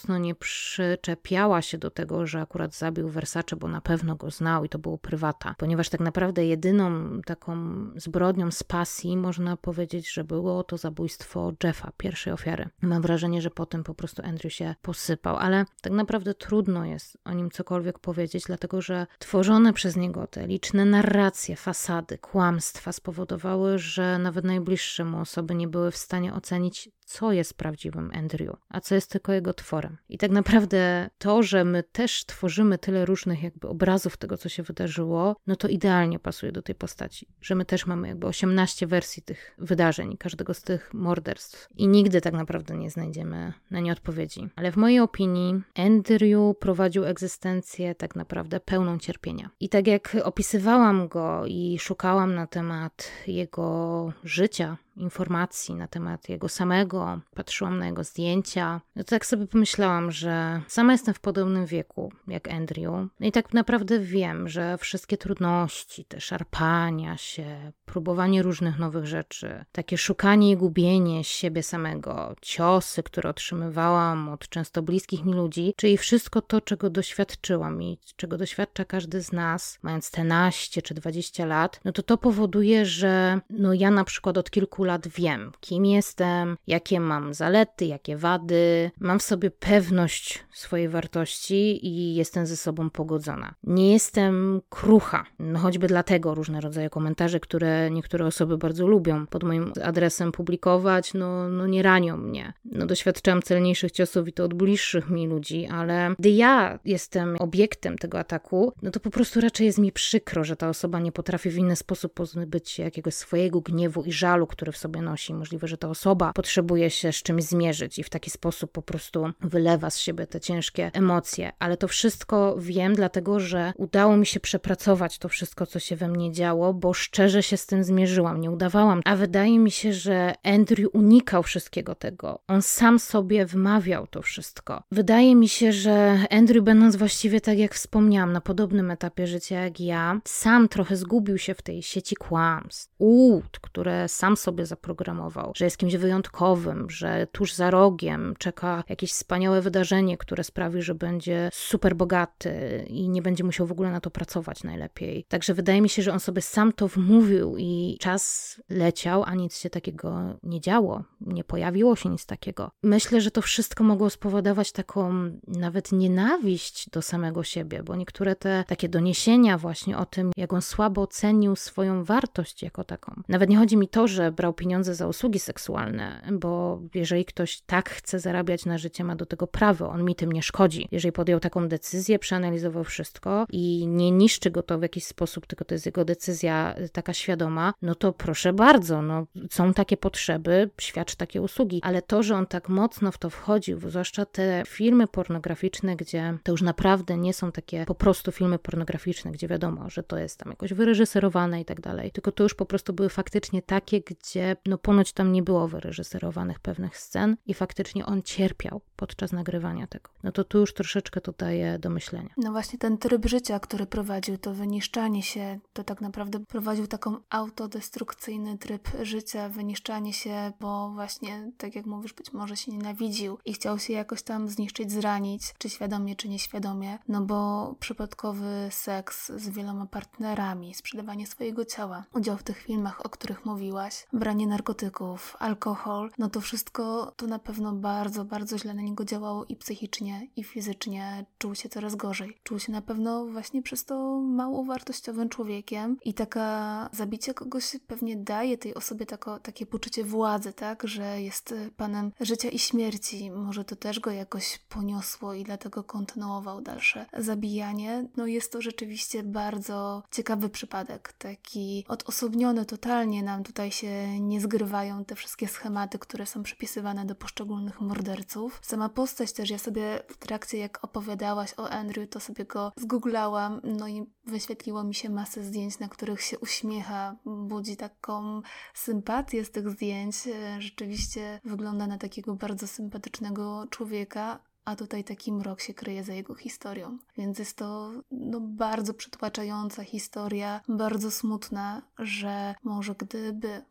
mocno nie przyczepiała się do tego, że akurat zabił Versace, bo na pewno go znał i to było prywata. Ponieważ tak naprawdę jedyną taką zbrodnią z pasji można powiedzieć, że było to zabójstwo Jeffa, pierwszej ofiary. Mam wrażenie, że potem po prostu Andrew się posypał, ale tak naprawdę trudno jest o nim cokolwiek powiedzieć, dlatego że tworzone przez niego te liczne narracje, fasady, kłamstwa spowodowały, że nawet najbliższe mu osoby nie były w stanie ocenić, co jest prawdziwym Andrew, a co jest tylko jego tworem. I tak naprawdę to, że my też tworzymy tyle różnych jakby obrazów tego, co się wydarzyło, no to idealnie pasuje do tej postaci, że my też mamy jakby 18 wersji tych wydarzeń, każdego z tych morderstw i nigdy tak naprawdę nie znajdziemy na nie odpowiedzi. Ale w mojej opinii Andrew prowadził egzystencję tak naprawdę pełną cierpienia. I tak jak opisywałam go i szukałam na temat jego życia, informacji na temat jego samego, patrzyłam na jego zdjęcia. No to tak sobie pomyślałam, że sama jestem w podobnym wieku jak Andrew. No i tak naprawdę wiem, że wszystkie trudności, te szarpania się, próbowanie różnych nowych rzeczy, takie szukanie i gubienie siebie samego, ciosy, które otrzymywałam od często bliskich mi ludzi, czyli wszystko to, czego doświadczyłam i czego doświadcza każdy z nas, mając te 15 czy 20 lat, no to powoduje, że no ja na przykład od kilku lat wiem, kim jestem, jakie mam zalety, jakie wady. Mam w sobie pewność swojej wartości i jestem ze sobą pogodzona. Nie jestem krucha. No choćby dlatego różne rodzaje komentarzy, które niektóre osoby bardzo lubią pod moim adresem publikować, no nie ranią mnie. No doświadczam celniejszych ciosów i to od bliższych mi ludzi, ale gdy ja jestem obiektem tego ataku, no to po prostu raczej jest mi przykro, że ta osoba nie potrafi w inny sposób pozbyć się jakiegoś swojego gniewu i żalu, który w sobie nosi. Możliwe, że ta osoba potrzebuje się z czymś zmierzyć i w taki sposób po prostu wylewa z siebie te ciężkie emocje. Ale to wszystko wiem, dlatego że udało mi się przepracować to wszystko, co się we mnie działo, bo szczerze się z tym zmierzyłam, nie udawałam. A wydaje mi się, że Andrew unikał wszystkiego tego. On sam sobie wmawiał to wszystko. Wydaje mi się, że Andrew, będąc właściwie tak jak wspomniałam, na podobnym etapie życia jak ja, sam trochę zgubił się w tej sieci kłamstw, ułód, które sam sobie zaprogramował, że jest kimś wyjątkowym, że tuż za rogiem czeka jakieś wspaniałe wydarzenie, które sprawi, że będzie super bogaty i nie będzie musiał w ogóle na to pracować najlepiej. Także wydaje mi się, że on sobie sam to wmówił i czas leciał, a nic się takiego nie działo. Nie pojawiło się nic takiego. Myślę, że to wszystko mogło spowodować taką nawet nienawiść do samego siebie, bo niektóre te takie doniesienia właśnie o tym, jak on słabo ocenił swoją wartość jako taką. Nawet nie chodzi mi to, że brał pieniądze za usługi seksualne, bo jeżeli ktoś tak chce zarabiać na życie, ma do tego prawo, on mi tym nie szkodzi. Jeżeli podjął taką decyzję, przeanalizował wszystko i nie niszczy go to w jakiś sposób, tylko to jest jego decyzja taka świadoma, no to proszę bardzo, no są takie potrzeby, świadczy takie usługi, ale to, że on tak mocno w to wchodził, zwłaszcza te filmy pornograficzne, gdzie to już naprawdę nie są takie po prostu filmy pornograficzne, gdzie wiadomo, że to jest tam jakoś wyreżyserowane i tak dalej, tylko to już po prostu były faktycznie takie, gdzie no ponoć tam nie było wyreżyserowanych pewnych scen i faktycznie on cierpiał podczas nagrywania tego. No to tu już troszeczkę to daje do myślenia. No właśnie ten tryb życia, który prowadził, to wyniszczanie się, to tak naprawdę prowadził taką autodestrukcyjny tryb życia, wyniszczanie się, bo właśnie, tak jak mówisz, być może się nienawidził i chciał się jakoś tam zniszczyć, zranić, czy świadomie, czy nieświadomie, no bo przypadkowy seks z wieloma partnerami, sprzedawanie swojego ciała, udział w tych filmach, o których mówiłaś, branie narkotyków, alkohol, no to wszystko to na pewno bardzo, bardzo źle na niego działało i psychicznie, i fizycznie. Czuł się coraz gorzej. Czuł się na pewno właśnie przez to mało wartościowym człowiekiem i taka zabicie kogoś pewnie daje tej osobie takie poczucie władzy, tak, że jest panem życia i śmierci. Może to też go jakoś poniosło i dlatego kontynuował dalsze zabijanie. No jest to rzeczywiście bardzo ciekawy przypadek, taki odosobniony totalnie, nam tutaj się nie zgrywają te wszystkie schematy, które są przypisywane do poszczególnych morderców. Sama postać też, ja sobie w trakcie jak opowiadałaś o Andrew, to sobie go zgooglałam, no i wyświetliło mi się masę zdjęć, na których się uśmiecha, budzi taką sympatię z tych zdjęć, rzeczywiście wygląda na takiego bardzo sympatycznego człowieka, a tutaj taki mrok się kryje za jego historią. Więc jest to bardzo przytłaczająca historia, bardzo smutna, że może gdyby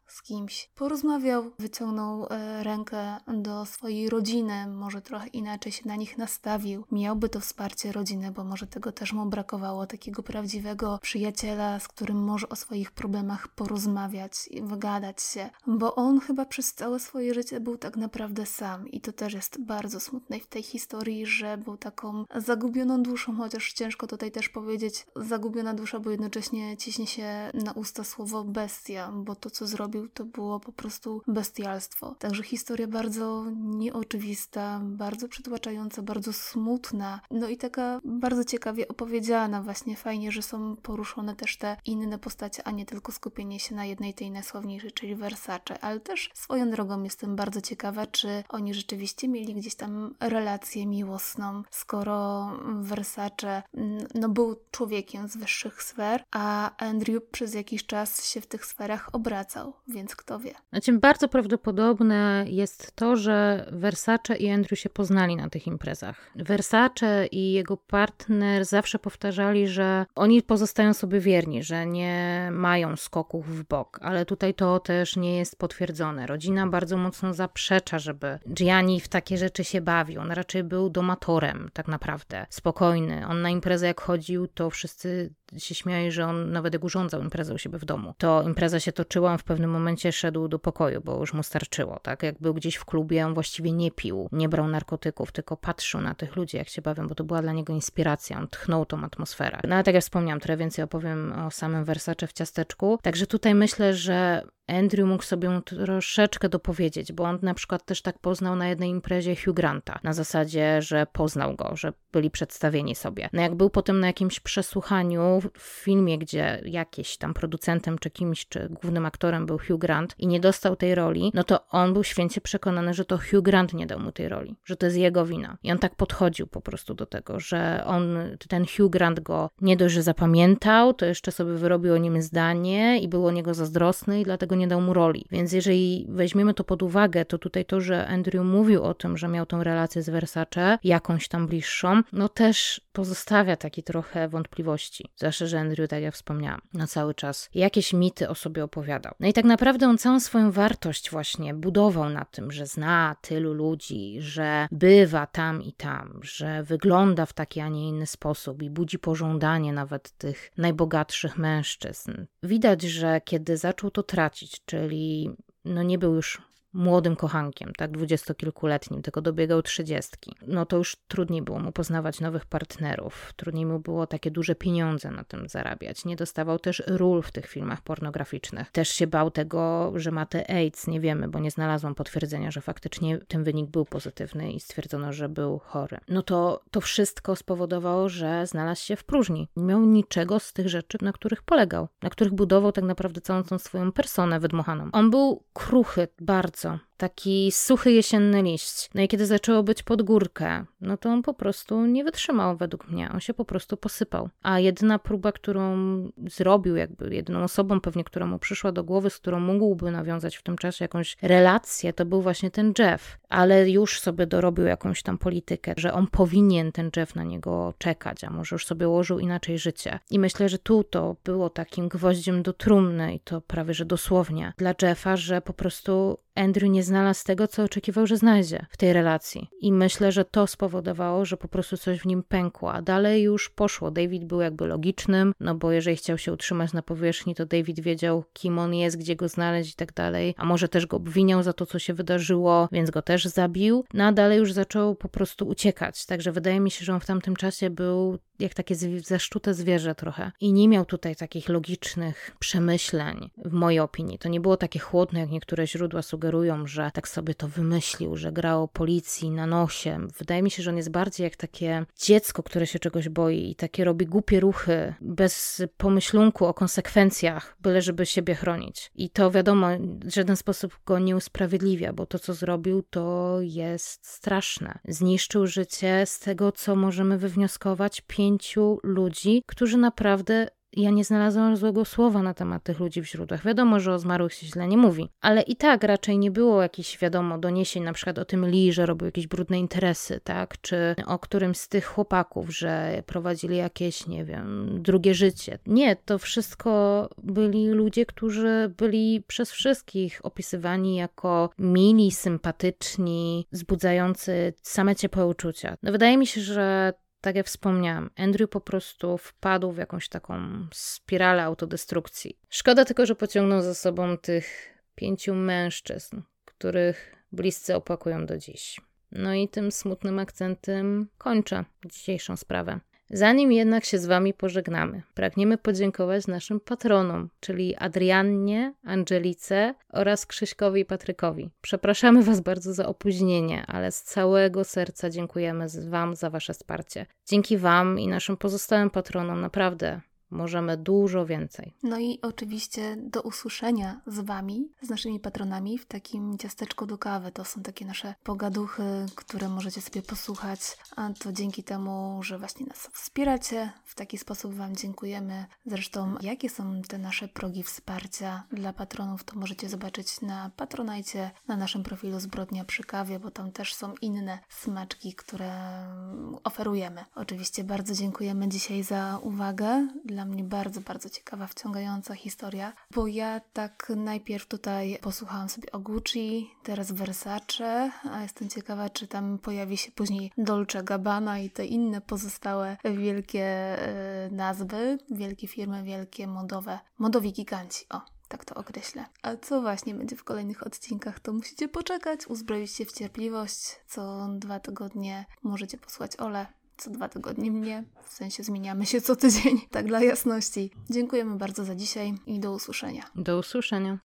z kimś porozmawiał, wyciągnął rękę do swojej rodziny, może trochę inaczej się na nich nastawił. Miałby to wsparcie rodziny, bo może tego też mu brakowało, takiego prawdziwego przyjaciela, z którym może o swoich problemach porozmawiać i wygadać się, bo on chyba przez całe swoje życie był tak naprawdę sam i to też jest bardzo smutne w tej historii, że był taką zagubioną duszą, chociaż ciężko tutaj też powiedzieć zagubiona dusza, bo jednocześnie ciśnie się na usta słowo bestia, bo to, co zrobił, to było po prostu bestialstwo. Także historia bardzo nieoczywista, bardzo przytłaczająca, bardzo smutna, no i taka bardzo ciekawie opowiedziana. Właśnie fajnie, że są poruszone też te inne postacie, a nie tylko skupienie się na jednej tej najsławniejszej, czyli Versace, ale też swoją drogą jestem bardzo ciekawa, czy oni rzeczywiście mieli gdzieś tam relację miłosną, skoro Versace był człowiekiem z wyższych sfer, a Andrew przez jakiś czas się w tych sferach obracał, więc kto wie. Znaczy, bardzo prawdopodobne jest to, że Versace i Andrew się poznali na tych imprezach. Versace i jego partner zawsze powtarzali, że oni pozostają sobie wierni, że nie mają skoków w bok, ale tutaj to też nie jest potwierdzone. Rodzina bardzo mocno zaprzecza, żeby Gianni w takie rzeczy się bawił. On raczej był domatorem, tak naprawdę. Spokojny. On na imprezę jak chodził, to wszyscy się śmiali, że on nawet jak urządzał imprezę u siebie w domu, to impreza się toczyła, on w pewnym momencie szedł do pokoju, bo już mu starczyło, tak? Jak był gdzieś w klubie, on właściwie nie pił, nie brał narkotyków, tylko patrzył na tych ludzi, jak się bawią, bo to była dla niego inspiracja, on tchnął tą atmosferę. No ale tak jak wspomniałam, trochę więcej opowiem o samym Versace w ciasteczku, także tutaj myślę, że Andrew mógł sobie troszeczkę dopowiedzieć, bo on na przykład też tak poznał na jednej imprezie Hugh Granta, na zasadzie, że poznał go, że byli przedstawieni sobie. No jak był potem na jakimś przesłuchaniu w filmie, gdzie jakiś tam producentem czy kimś, czy głównym aktorem był Hugh Grant i nie dostał tej roli, no to on był święcie przekonany, że to Hugh Grant nie dał mu tej roli, że to jest jego wina. I on tak podchodził po prostu do tego, że ten Hugh Grant go nie dość, że zapamiętał, to jeszcze sobie wyrobił o nim zdanie i był o niego zazdrosny i dlatego nie dał mu roli. Więc jeżeli weźmiemy to pod uwagę, to tutaj to, że Andrew mówił o tym, że miał tą relację z Versace, jakąś tam bliższą, no też pozostawia taki trochę wątpliwości. Zwłaszcza, że Andrew, tak jak wspomniałam, na cały czas jakieś mity o sobie opowiadał. No i tak naprawdę on całą swoją wartość właśnie budował na tym, że zna tylu ludzi, że bywa tam i tam, że wygląda w taki, a nie inny sposób i budzi pożądanie nawet tych najbogatszych mężczyzn. Widać, że kiedy zaczął to tracić, czyli nie był już młodym kochankiem, tak, 20-kilkuletnim, tylko dobiegał 30. No to już trudniej było mu poznawać nowych partnerów, trudniej mu było takie duże pieniądze na tym zarabiać. Nie dostawał też ról w tych filmach pornograficznych. Też się bał tego, że ma te AIDS, nie wiemy, bo nie znalazłam potwierdzenia, że faktycznie ten wynik był pozytywny i stwierdzono, że był chory. No to wszystko spowodowało, że znalazł się w próżni. Nie miał niczego z tych rzeczy, na których polegał, na których budował tak naprawdę całą tą swoją personę wydmuchaną. On był kruchy bardzo, taki suchy jesienny liść. No i kiedy zaczęło być pod górkę, no to on po prostu nie wytrzymał według mnie. On się po prostu posypał. A jedyna próba, którą zrobił, jakby jedyną osobą pewnie, która mu przyszła do głowy, z którą mógłby nawiązać w tym czasie jakąś relację, to był właśnie ten Jeff. Ale już sobie dorobił jakąś tam politykę, że on powinien ten Jeff na niego czekać, a może już sobie ułożył inaczej życie. I myślę, że tu to było takim gwoździem do trumny i to prawie, że dosłownie dla Jeffa, że po prostu Andrew nie znalazł tego, co oczekiwał, że znajdzie w tej relacji. I myślę, że to spowodowało, że po prostu coś w nim pękło, a dalej już poszło. David był jakby logicznym, no bo jeżeli chciał się utrzymać na powierzchni, to David wiedział, kim on jest, gdzie go znaleźć i tak dalej, a może też go obwiniał za to, co się wydarzyło, więc go też zabił. No a dalej już zaczął po prostu uciekać. Także wydaje mi się, że on w tamtym czasie był jak takie zaszczute zwierzę trochę. I nie miał tutaj takich logicznych przemyśleń, w mojej opinii. To nie było takie chłodne, jak niektóre źródła sugerują, że tak sobie to wymyślił, że grał policji na nosie. Wydaje mi się, że on jest bardziej jak takie dziecko, które się czegoś boi i takie robi głupie ruchy, bez pomyślunku o konsekwencjach, byle żeby siebie chronić. I to wiadomo, w żaden sposób go nie usprawiedliwia, bo to, co zrobił, to jest straszne. Zniszczył życie z tego, co możemy wywnioskować, 5 ludzi, którzy naprawdę ja nie znalazłam złego słowa na temat tych ludzi w źródłach. Wiadomo, że o zmarłych się źle nie mówi, ale i tak raczej nie było jakichś, wiadomo, doniesień na przykład o tym Lee, że robił jakieś brudne interesy, tak? Czy o którymś z tych chłopaków, że prowadzili jakieś, nie wiem, drugie życie. Nie, to wszystko byli ludzie, którzy byli przez wszystkich opisywani jako mili, sympatyczni, wzbudzający same ciepłe uczucia. No wydaje mi się, że tak jak wspomniałam, Andrew po prostu wpadł w jakąś taką spiralę autodestrukcji. Szkoda tylko, że pociągnął za sobą tych 5 mężczyzn, których bliscy opłakują do dziś. No i tym smutnym akcentem kończę dzisiejszą sprawę. Zanim jednak się z Wami pożegnamy, pragniemy podziękować naszym patronom, czyli Adriannie, Angelice oraz Krzyśkowi i Patrykowi. Przepraszamy Was bardzo za opóźnienie, ale z całego serca dziękujemy Wam za Wasze wsparcie. Dzięki Wam i naszym pozostałym patronom naprawdę możemy dużo więcej. No i oczywiście do usłyszenia z Wami, z naszymi patronami w takim ciasteczku do kawy. To są takie nasze pogaduchy, które możecie sobie posłuchać, a to dzięki temu, że właśnie nas wspieracie. W taki sposób Wam dziękujemy. Zresztą jakie są te nasze progi wsparcia dla patronów, to możecie zobaczyć na Patronajcie, na naszym profilu Zbrodnia przy kawie, bo tam też są inne smaczki, które oferujemy. Oczywiście bardzo dziękujemy dzisiaj za uwagę. Dla mnie bardzo, bardzo ciekawa, wciągająca historia, bo ja tak najpierw tutaj posłuchałam sobie o Gucci, teraz Versace, a jestem ciekawa, czy tam pojawi się później Dolce Gabbana i te inne pozostałe wielkie nazwy, wielkie firmy, wielkie modowi giganci. O, tak to określę. A co właśnie będzie w kolejnych odcinkach, to musicie poczekać, uzbroić się w cierpliwość. Co 2 tygodnie możecie posłać Ole, co 2 tygodnie mnie, w sensie zmieniamy się co tydzień, tak dla jasności. Dziękujemy bardzo za dzisiaj i do usłyszenia. Do usłyszenia.